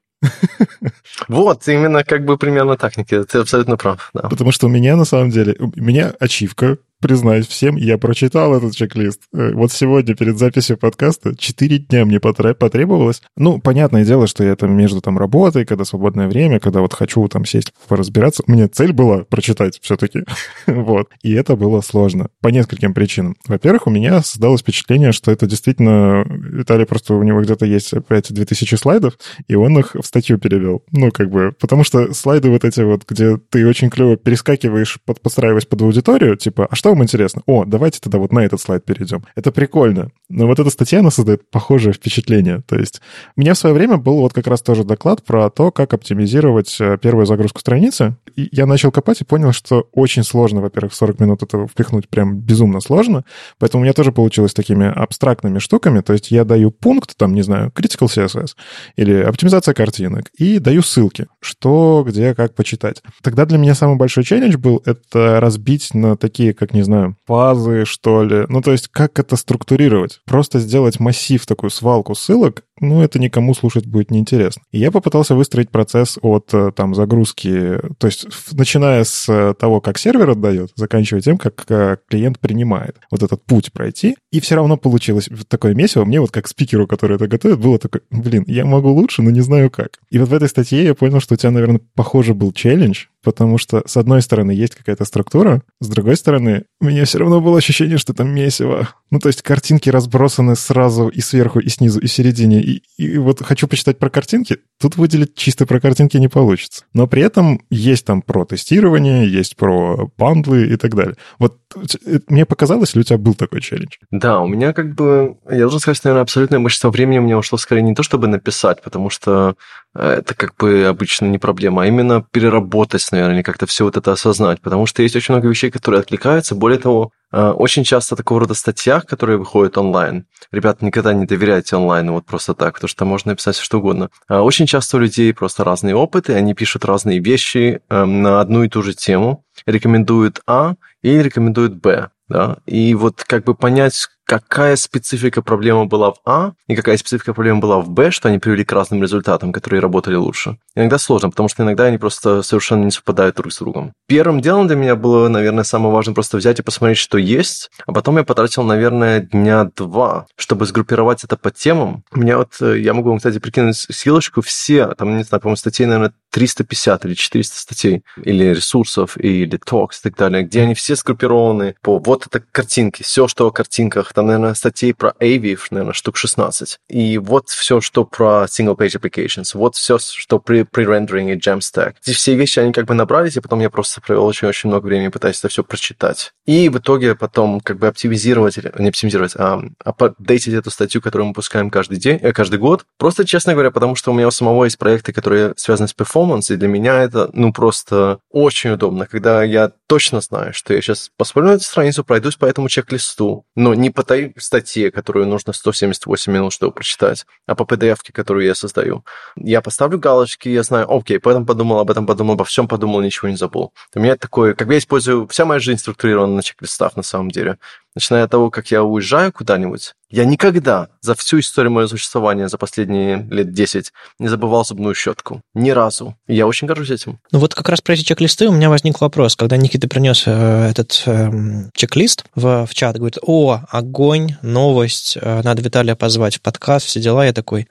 Вот, именно как бы примерно так, Никита, ты абсолютно прав, да. Потому что у меня, на самом деле, у меня ачивка, признаюсь всем, я прочитал этот чек-лист. Вот сегодня перед записью подкаста 4 дня мне потребовалось. Ну, понятное дело, что я там между там работой, когда свободное время, когда вот хочу там сесть поразбираться, у меня цель была прочитать все-таки. Вот. И это было сложно. По нескольким причинам. Во-первых, у меня создалось впечатление, что это действительно... Виталий просто, у него где-то есть опять 2000 слайдов, и он их в статью перевел. Ну, как бы, потому что слайды вот эти вот, где ты очень клево перескакиваешь, подстраиваясь под аудиторию, типа, а что вам интересно? О, давайте тогда вот на этот слайд перейдем. Это прикольно. Но вот эта статья, она создает похожее впечатление. То есть у меня в свое время был вот как раз тоже доклад про то, как оптимизировать первую загрузку страницы. И я начал копать и понял, что очень сложно, во-первых, 40 минут этого впихнуть прям безумно сложно. Поэтому у меня тоже получилось такими абстрактными штуками. То есть я даю пункт, там, не знаю, Critical CSS или оптимизация картинок, и даю ссылки, что, где, как почитать. Тогда для меня самый большой челлендж был это разбить на такие, как, не знаю, фазы, что ли. Ну, то есть, как это структурировать? Просто сделать массив, такую свалку ссылок, ну, это никому слушать будет неинтересно. И я попытался выстроить процесс от там загрузки, то есть, начиная с того, как сервер отдает, заканчивая тем, как клиент принимает. Вот этот путь пройти. И все равно получилось такое месиво. Мне вот как спикеру, который это готовит, было такое, блин, я могу лучше, но не знаю как. И вот в этой статье я понял, что у тебя, наверное, похоже был челлендж, потому что, с одной стороны, есть какая-то структура, с другой стороны, у меня все равно было ощущение, что там месиво. Ну, то есть картинки разбросаны сразу и сверху, и снизу, и в середине. И вот хочу почитать про картинки, тут выделить чисто про картинки не получится. Но при этом есть там про тестирование, есть про бандлы и так далее. Вот мне показалось, ли у тебя был такой челлендж? Да, у меня как бы, я должен сказать, что, наверное, абсолютное большинство времени у меня ушло скорее не то, чтобы написать, потому что это как бы обычно не проблема, а именно переработать, наверное, или как-то все вот это осознать, потому что есть очень много вещей, которые откликаются. Более того, очень часто такого рода статьях, которые выходят онлайн, ребята, никогда не доверяйте онлайну вот просто так, потому что можно написать все что угодно. Очень часто у людей просто разные опыты, они пишут разные вещи на одну и ту же тему, рекомендуют А или рекомендуют Б. Да? И вот как бы понять, какая специфика проблемы была в А и какая специфика проблемы была в Б, что они привели к разным результатам, которые работали лучше. Иногда сложно, потому что иногда они просто совершенно не совпадают друг с другом. Первым делом для меня было, наверное, самое важное просто взять и посмотреть, что есть, а потом я потратил, наверное, дня 2, чтобы сгруппировать это по темам. У меня вот, я могу вам, кстати, прикинуть ссылочку, все, там, не знаю, по-моему, статей, наверное, 350 или 400 статей, или ресурсов, или токс и так далее, где они все сгруппированы по вот это картинки, все, что о картинках, там, наверное, статей про AVIF, наверное, штук 16. И вот все, что про single-page applications, вот все, что при рендеринге Jamstack. Эти все вещи, они как бы набрались, и потом я просто провел очень-очень много времени, пытаясь это все прочитать. И в итоге потом как бы оптимизировать, не оптимизировать, а апдейтить эту статью, которую мы выпускаем каждый год. Просто, честно говоря, потому что у меня у самого есть проекты, которые связаны с performance, и для меня это, ну, просто очень удобно, когда я точно знаю, что я сейчас посмотрю на эту страницу, пройдусь по этому чек-листу, но не по той статье, которую нужно 178 минут, чтобы прочитать, а по PDF-ке, которую я создаю. Я поставлю галочки, я знаю, окей, об этом подумал, обо всем подумал, ничего не забыл. У меня такое, как бы я использую, вся моя жизнь структурирована на чек-листах на самом деле. Начиная от того, как я уезжаю куда-нибудь, я никогда за всю историю моего существования за последние лет 10 не забывал зубную щетку. Ни разу. И я очень горжусь этим. Ну вот как раз про эти чек-листы у меня возник вопрос. Когда Никита принес этот чек-лист в чат, говорит, о, огонь, новость, надо Виталия позвать в подкаст, все дела. Я такой,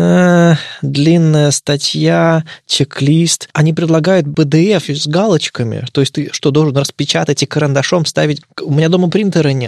длинная статья, чек-лист. Они предлагают PDF с галочками. То есть ты что, должен распечатать и карандашом ставить? У меня дома принтера нет.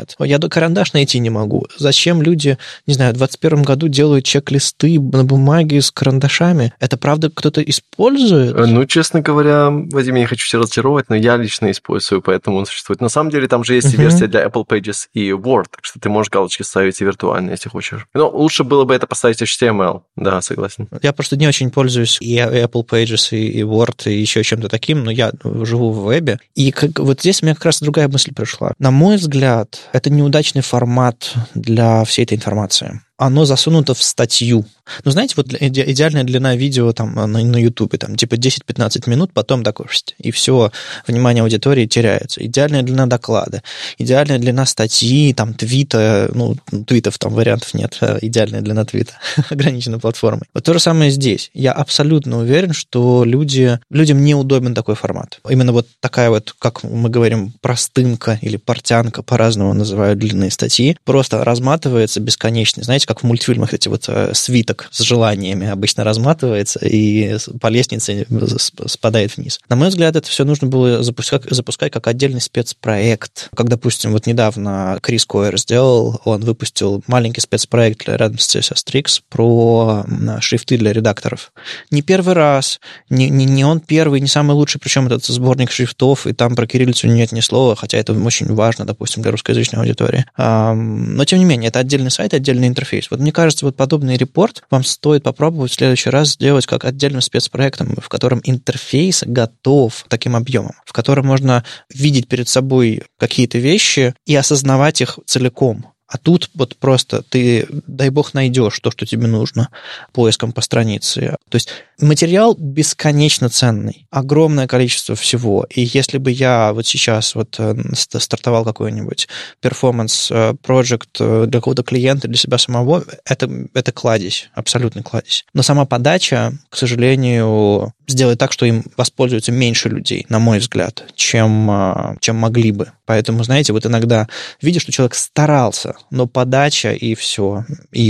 нет. Я карандаш найти не могу. Зачем люди, не знаю, в 2021 году делают чек-листы на бумаге с карандашами? Это правда кто-то использует? Ну, честно говоря, Вадим, я не хочу тебя разочаровать, но я лично использую, поэтому он существует. На самом деле, там же есть версия для Apple Pages и Word, так что ты можешь галочки ставить и виртуально, если хочешь. Но лучше было бы это поставить HTML. Да, согласен. Я просто не очень пользуюсь и Apple Pages, и Word, и еще чем-то таким, но я живу в вебе. И вот здесь у меня как раз другая мысль пришла. На мой взгляд, это неудачный формат для всей этой информации. Оно засунуто в статью. Ну, знаете, вот идеальная длина видео там на Ютубе, там, типа 10-15 минут, потом такое, и все, внимание аудитории теряется. Идеальная длина доклада, идеальная длина статьи, там, твита, ну, твитов там вариантов нет, идеальная длина твита, ограничена платформой. Вот то же самое здесь. Я абсолютно уверен, что людям неудобен такой формат. Именно вот такая вот, как мы говорим, простынка или портянка, по-разному называют длинные статьи, просто разматывается бесконечно. Знаете, как в мультфильмах эти вот свиток с желаниями обычно разматывается и по лестнице спадает вниз. На мой взгляд, это все нужно было запускать как отдельный спецпроект. Как, допустим, вот недавно Крис Койер сделал, он выпустил маленький спецпроект рядом с CSS Tricks про шрифты для редакторов. Не первый раз, не он первый, не самый лучший, причем этот сборник шрифтов, и там про кириллицу нет ни слова, хотя это очень важно, допустим, для русскоязычной аудитории. Но, тем не менее, это отдельный сайт, отдельный интерфейс. Вот мне кажется, вот подобный репорт вам стоит попробовать в следующий раз сделать как отдельным спецпроектом, в котором интерфейс готов таким объемом, в котором можно видеть перед собой какие-то вещи и осознавать их целиком. А тут вот просто ты, дай бог, найдешь то, что тебе нужно поиском по странице. То есть материал бесконечно ценный, огромное количество всего. И если бы я вот сейчас вот стартовал какой-нибудь перформанс-проект для какого-то клиента, для себя самого, это кладезь, абсолютно кладезь. Но сама подача, к сожалению, сделает так, что им воспользуются меньше людей, на мой взгляд, чем могли бы. Поэтому, знаете, вот иногда видишь, что человек старался, но подача и все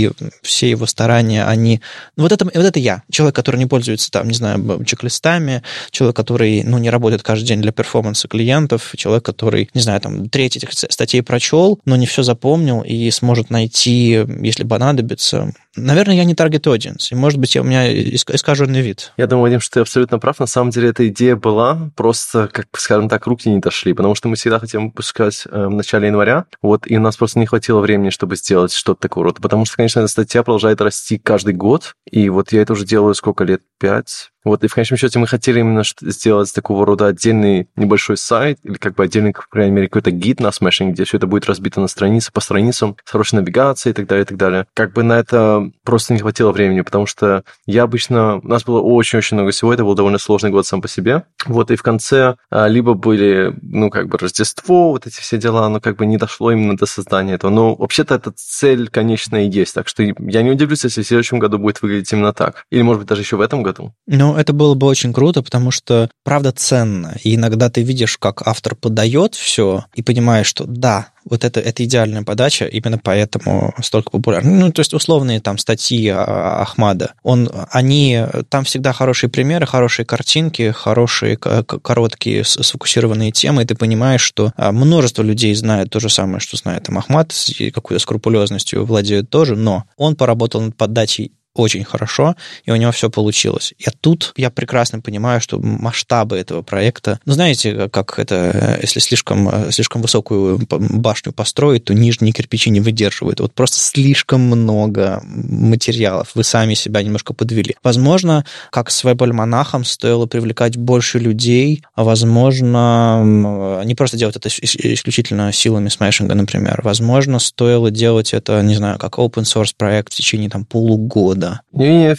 его старания, они... Вот это я, человек, который не пользуется, там, не знаю, чек-листами, человек, который, не работает каждый день для перформанса клиентов, человек, который, не знаю, там, треть этих статей прочел, но не все запомнил и сможет найти, если понадобится. Наверное, я не target audience, и, может быть, у меня искаженный вид. Я думаю, Вадим, что ты абсолютно прав. На самом деле, эта идея была, просто, как, скажем так, руки не дошли, потому что мы всегда хотим выпускать в начале января, вот, и у нас просто не хватило времени, чтобы сделать что-то такого рода, потому что, конечно, эта статья продолжает расти каждый год, и вот я это уже делаю сколько лет? 5. Вот, и в конечном счете мы хотели именно сделать такого рода отдельный небольшой сайт, или как бы отдельный, по крайней мере, какой-то гид на Smashing, где все это будет разбито на странице, по страницам, с хорошей навигацией и так далее, и так далее. Как бы на это просто не хватило времени, потому что у нас было очень-очень много всего, это был довольно сложный год сам по себе. Вот, и в конце либо были, Рождество, вот эти все дела, но как бы не дошло именно до создания этого. Но вообще-то эта цель, конечно, и есть, так что я не удивлюсь, если в следующем году будет выглядеть именно так. Или, может быть, даже еще в этом году. Это было бы очень круто, потому что, правда, ценно. И иногда ты видишь, как автор подает все, и понимаешь, что да, вот это идеальная подача, именно поэтому столько популярны. То есть условные там статьи Ахмада. Там всегда хорошие примеры, хорошие картинки, хорошие короткие сфокусированные темы, и ты понимаешь, что множество людей знает то же самое, что знает там Ахмад, с какой-то скрупулезностью владеют тоже, но он поработал над подачей очень хорошо, и у него все получилось. И тут я прекрасно понимаю, что масштабы этого проекта... знаете, как это, если слишком высокую башню построить, то нижние кирпичи не выдерживают. Вот просто слишком много материалов. Вы сами себя немножко подвели. Возможно, как с веб-альманахом стоило привлекать больше людей, а возможно, не просто делать это исключительно силами смешинга, например. Возможно, стоило делать это, не знаю, как open-source проект в течение полугода. Не,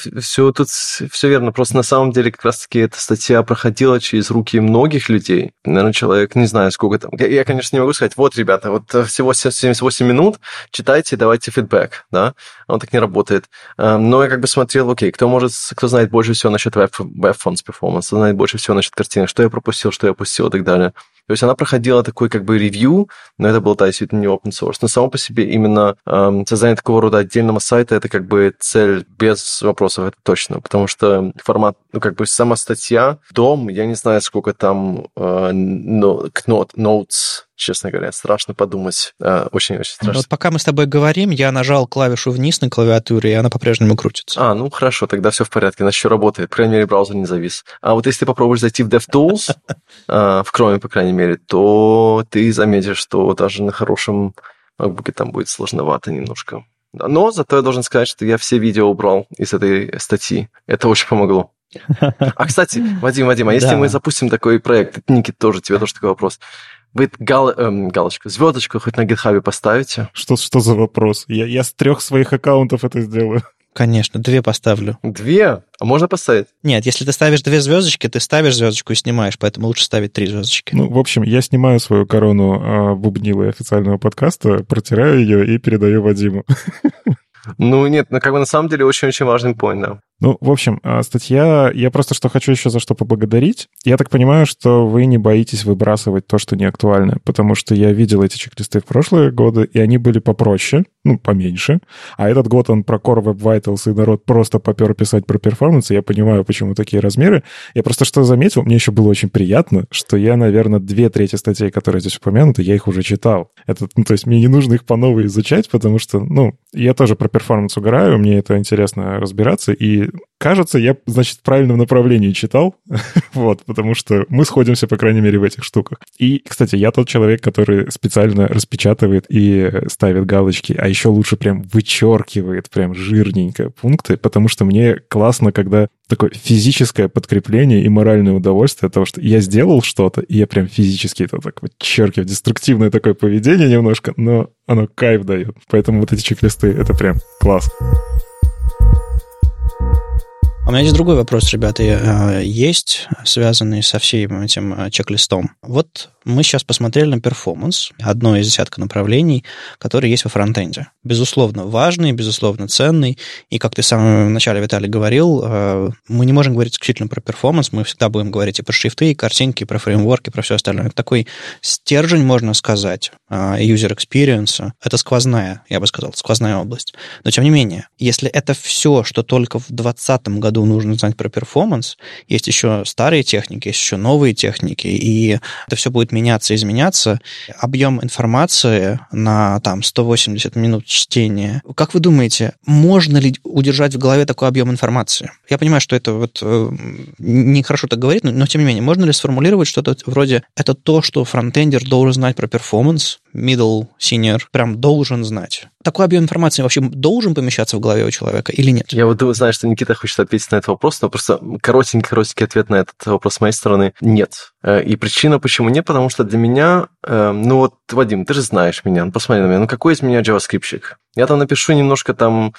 все верно. Просто на самом деле как раз-таки эта статья проходила через руки многих людей. Наверное, человек, не знаю, сколько там. Я, конечно, не могу сказать, вот, ребята, вот всего 78 минут, читайте, давайте фидбэк, да? Он так не работает. Но я как бы смотрел, кто знает больше всего насчет web-fonts performance, кто знает больше всего насчет картинок, что я пропустил, что я опустил и так далее. То есть она проходила такой как бы ревью, но это было, действительно не open source. Но само по себе именно создание такого рода отдельного сайта, это как бы цель без вопросов, это точно. Потому что формат ну, как бы сама статья, дом, я не знаю, сколько там notes, честно говоря, страшно подумать. Очень-очень страшно. Вот пока мы с тобой говорим, я нажал клавишу вниз на клавиатуре, и она по-прежнему крутится. Ну хорошо, тогда все в порядке, значит, все работает. По крайней мере, браузер не завис. А вот если ты попробуешь зайти в DevTools, в Chrome, по крайней мере, то ты заметишь, что даже на хорошем MacBook там будет сложновато немножко. Но зато я должен сказать, что я все видео убрал из этой статьи. Это очень помогло. Кстати, Вадим, а если мы запустим такой проект, Никит, тоже, тебе тоже такой вопрос. Вы галочку, звездочку хоть на GitHub поставите? Что за вопрос? Я с 3 своих аккаунтов это сделаю. Конечно, 2 поставлю. 2? А можно поставить? Нет, если ты ставишь 2 звездочки, ты ставишь звездочку и снимаешь, поэтому лучше ставить 3 звездочки. Ну, в общем, я снимаю свою корону бубнилы официального подкаста, протираю ее и передаю Вадиму. Ну, нет, как бы на самом деле очень-очень важный point, да. Ну, в общем, статья... Я просто что хочу еще за что поблагодарить. Я так понимаю, что вы не боитесь выбрасывать то, что не актуально, потому что я видел эти чек-листы в прошлые годы, и они были попроще, поменьше. А этот год он про Core Web Vitals, и народ просто попер писать про перформанс, и я понимаю, почему такие размеры. Я просто что заметил, мне еще было очень приятно, что я, наверное, 2/3 статей, которые здесь упомянуты, я их уже читал. То есть мне не нужно их по новой изучать, потому что, я тоже про перформанс угораю, мне это интересно разбираться, и кажется, я, значит, в правильном направлении читал, вот, потому что мы сходимся, по крайней мере, в этих штуках. И, кстати, я тот человек, который специально распечатывает и ставит галочки, а еще лучше прям вычеркивает прям жирненько пункты, потому что мне классно, когда такое физическое подкрепление и моральное удовольствие от того, что я сделал что-то, и я прям физически это так вычеркиваю. Деструктивное такое поведение немножко, но оно кайф дает. Поэтому вот эти чек-листы — это прям класс. У меня есть другой вопрос, ребята, есть, связанный со всем этим чек-листом. Вот мы сейчас посмотрели на перформанс, одно из десятка направлений, которые есть во фронтенде. Безусловно, важный, безусловно, ценный. И, как ты в самом начале, Виталий, говорил, мы не можем говорить исключительно про перформанс, мы всегда будем говорить и про шрифты, и картинки, и про фреймворки, и про все остальное. Это такой стержень, можно сказать, user experience. Это сквозная, я бы сказал, сквозная область. Но, тем не менее, если это все, что только в 2020 году нужно знать про перформанс, есть еще старые техники, есть еще новые техники, и это все будет меняться, изменяться. Объем информации на 180 минут чтения. Как вы думаете, можно ли удержать в голове такой объем информации? Я понимаю, что это нехорошо так говорить, но тем не менее, можно ли сформулировать что-то вроде это то, что фронтендер должен знать про перформанс, middle, senior, прям должен знать? Такой объем информации вообще должен помещаться в голове у человека или нет? Я знаю, что Никита хочет ответить на этот вопрос, но просто коротенький ответ на этот вопрос с моей стороны – нет. И причина, почему нет, потому что для меня, Вадим, ты же знаешь меня, посмотри на меня, какой из меня JavaScript-щик? Я там напишу немножко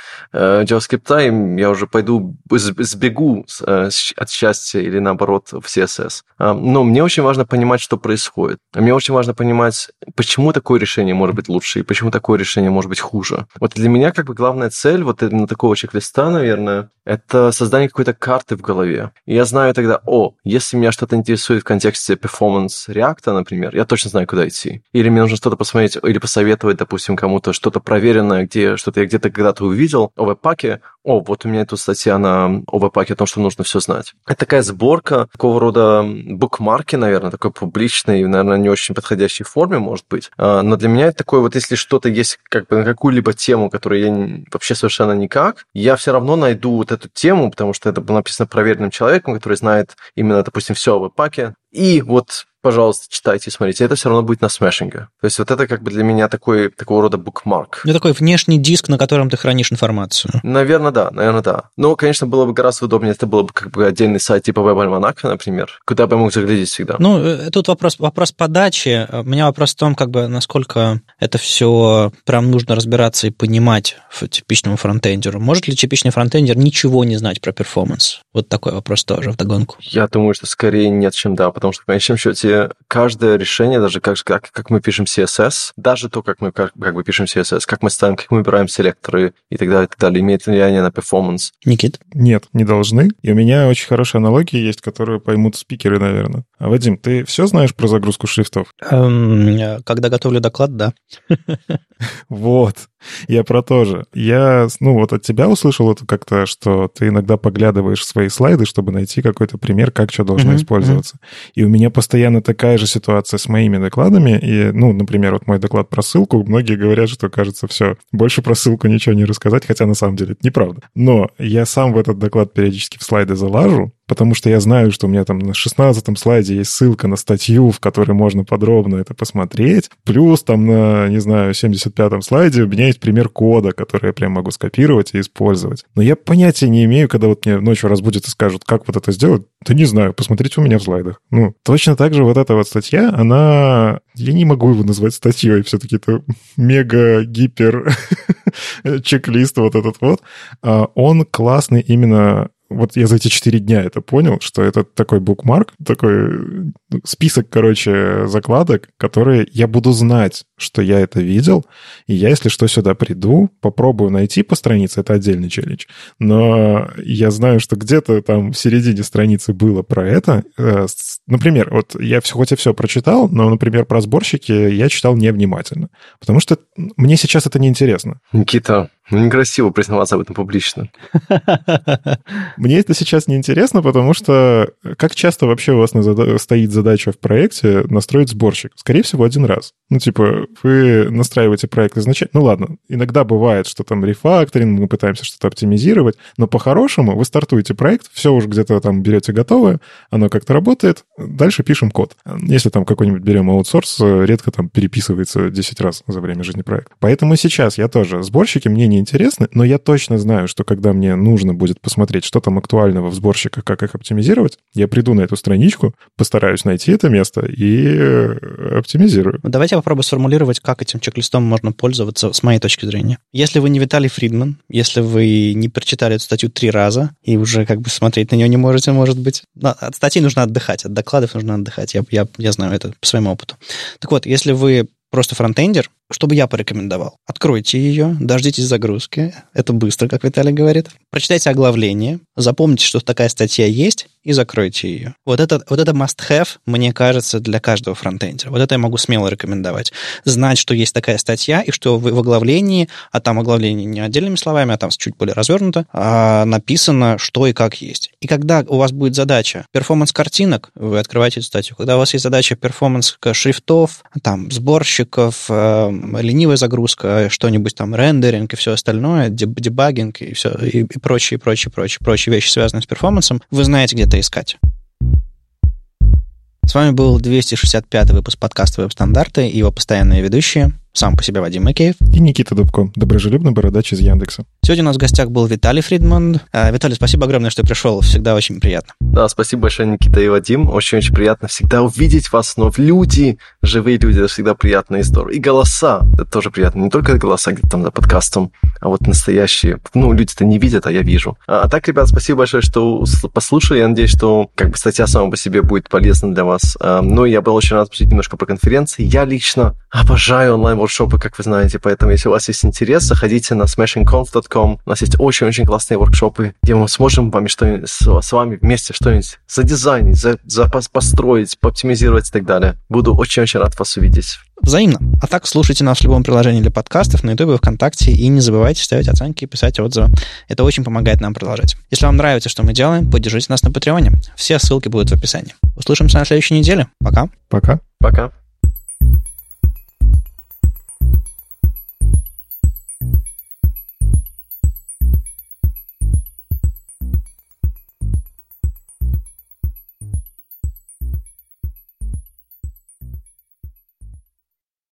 JavaScript, и я уже пойду, сбегу от счастья или наоборот в CSS. Но мне очень важно понимать, что происходит. Мне очень важно понимать, почему такое решение может быть лучше и почему такое решение может быть хуже. Вот для меня главная цель именно такого чек-листа, наверное, это создание какой-то карты в голове. И я знаю тогда, если меня что-то интересует в контексте performance React, например, я точно знаю, куда идти. Или мне нужно что-то посмотреть или посоветовать, допустим, кому-то что-то проверенное, что-то я где-то когда-то увидел о веб-паке. Вот у меня тут статья о веб-паке о том, что нужно все знать. Это такая сборка такого рода букмарки, наверное, такой публичной, наверное, не очень подходящей форме, может быть. Но для меня это такое, если что-то есть на какую-либо тему, которую я вообще совершенно никак, я все равно найду эту тему, потому что это было написано проверенным человеком, который знает именно, допустим, все о веб-паке. И пожалуйста, читайте и смотрите, это все равно будет на смешинге. То есть это для меня такого рода букмарк. Это такой внешний диск, на котором ты хранишь информацию. Наверное, да. Но, конечно, было бы гораздо удобнее, это было бы отдельный сайт типа веб-альманака, например, куда бы я мог заглядеть всегда. Тут вопрос подачи. У меня вопрос в том, насколько это все прям нужно разбираться и понимать типичному фронтендеру. Может ли типичный фронтендер ничего не знать про перформанс? Вот такой вопрос тоже вдогонку. Я думаю, что скорее нет, чем да, потому что в конечном счете каждое решение, даже как мы пишем CSS, даже то, как мы пишем CSS, как мы ставим, как мы выбираем селекторы и так далее, имеет влияние на перформанс. Никит? Нет, не должны. И у меня очень хорошая аналогия есть, которую поймут спикеры, наверное. А, Вадим, ты все знаешь про загрузку шрифтов? Когда готовлю доклад, да. Вот. Я про то же. Я, вот от тебя услышал это как-то, что ты иногда поглядываешь в свои слайды, чтобы найти какой-то пример, как что должно использоваться. И у меня постоянно такая же ситуация с моими докладами. И, например, вот мой доклад про ссылку, многие говорят, что, кажется, все, больше про ссылку ничего не рассказать, хотя на самом деле это неправда. Но я сам в этот доклад периодически в слайды залажу, потому что я знаю, что у меня там на 16-м слайде есть ссылка на статью, в которой можно подробно это посмотреть. Плюс там на, 75-м слайде у меня есть пример кода, который я прям могу скопировать и использовать. Но я понятия не имею, когда вот мне ночью разбудят и скажут, как вот это сделать. Да не знаю, посмотрите у меня в слайдах. Точно так же вот эта вот статья, она... Я не могу его назвать статьей, все-таки это мега-гипер чек-лист вот этот вот. Он классный именно... Вот я за эти 4 дня это понял, что это такой букмарк, такой список, закладок, которые я буду знать, что я это видел, и я, если что, сюда приду, попробую найти по странице, это отдельный челлендж, но я знаю, что где-то там в середине страницы было про это. Например, вот я хоть и все прочитал, но, например, про сборщики я читал невнимательно, потому что мне сейчас это неинтересно. Никита, некрасиво признаваться об этом публично. Мне это сейчас неинтересно, потому что как часто вообще у вас стоит задача в проекте настроить сборщик? Скорее всего, один раз. Вы настраиваете проект изначально. Ладно, иногда бывает, что там рефакторинг, мы пытаемся что-то оптимизировать, но по-хорошему вы стартуете проект, все уже где-то там берете готовое, оно как-то работает, дальше пишем код. Если там какой-нибудь берем аутсорс, редко там переписывается 10 раз за время жизни проекта. Поэтому сейчас я тоже. Сборщики мне не интересны, но я точно знаю, что когда мне нужно будет посмотреть, что там актуального в сборщиках, как их оптимизировать, я приду на эту страничку, постараюсь найти это место и оптимизирую. Давайте я попробую сформулировать, как этим чек-листом можно пользоваться с моей точки зрения. Если вы не Виталий Фридман, если вы не прочитали эту статью 3 раза и уже смотреть на нее не можете, может быть. От статей нужно отдыхать, от докладов нужно отдыхать. Я знаю это по своему опыту. Так вот, если вы просто фронтендер, что бы я порекомендовал? Откройте ее, дождитесь загрузки. Это быстро, как Виталий говорит. Прочитайте оглавление, запомните, что такая статья есть, и закройте ее. Вот это must-have, мне кажется, для каждого фронтендера. Вот это я могу смело рекомендовать. Знать, что есть такая статья, и что в оглавлении, а там оглавление не отдельными словами, а там чуть более развернуто, написано, что и как есть. И когда у вас будет задача перформанс картинок, вы открываете эту статью. Когда у вас есть задача перформанс шрифтов, там, сборщиков, ленивая загрузка, что-нибудь там, рендеринг и все остальное, дебагинг и все, и прочие вещи, связанные с перформансом, вы знаете, где это искать. С вами был 265-й выпуск подкаста «Веб-стандарты» и его постоянные ведущие. Сам по себе Вадим Макеев. И Никита Дубко, доброжелюбный бородач из Яндекса. Сегодня у нас в гостях был Виталий Фридман. Виталий, спасибо огромное, что пришел. Всегда очень приятно. Да, спасибо большое, Никита и Вадим. Очень-очень приятно всегда увидеть вас вновь. Люди, живые люди, это всегда приятно и здорово. И голоса, это тоже приятно. Не только голоса где-то там за подкастом, а вот настоящие. Люди-то не видят, а я вижу. А так, ребят, спасибо большое, что послушали. Я надеюсь, что статья сама по себе будет полезна для вас. Но я был очень рад обсудить немножко про конференции. Я лично обожаю онлайн-воркшопы, как вы знаете, поэтому, если у вас есть интерес, заходите на smashingconf.com. У нас есть очень-очень классные воркшопы, где мы сможем с вами вместе что-нибудь задизайнить, построить, пооптимизировать и так далее. Буду очень-очень рад вас увидеть. Взаимно. А так слушайте нас в любом приложении для подкастов, на YouTube, ВКонтакте, и не забывайте ставить оценки и писать отзывы. Это очень помогает нам продолжать. Если вам нравится, что мы делаем, поддержите нас на Патреоне. Все ссылки будут в описании. Услышимся на следующей неделе. Пока. Пока. Пока.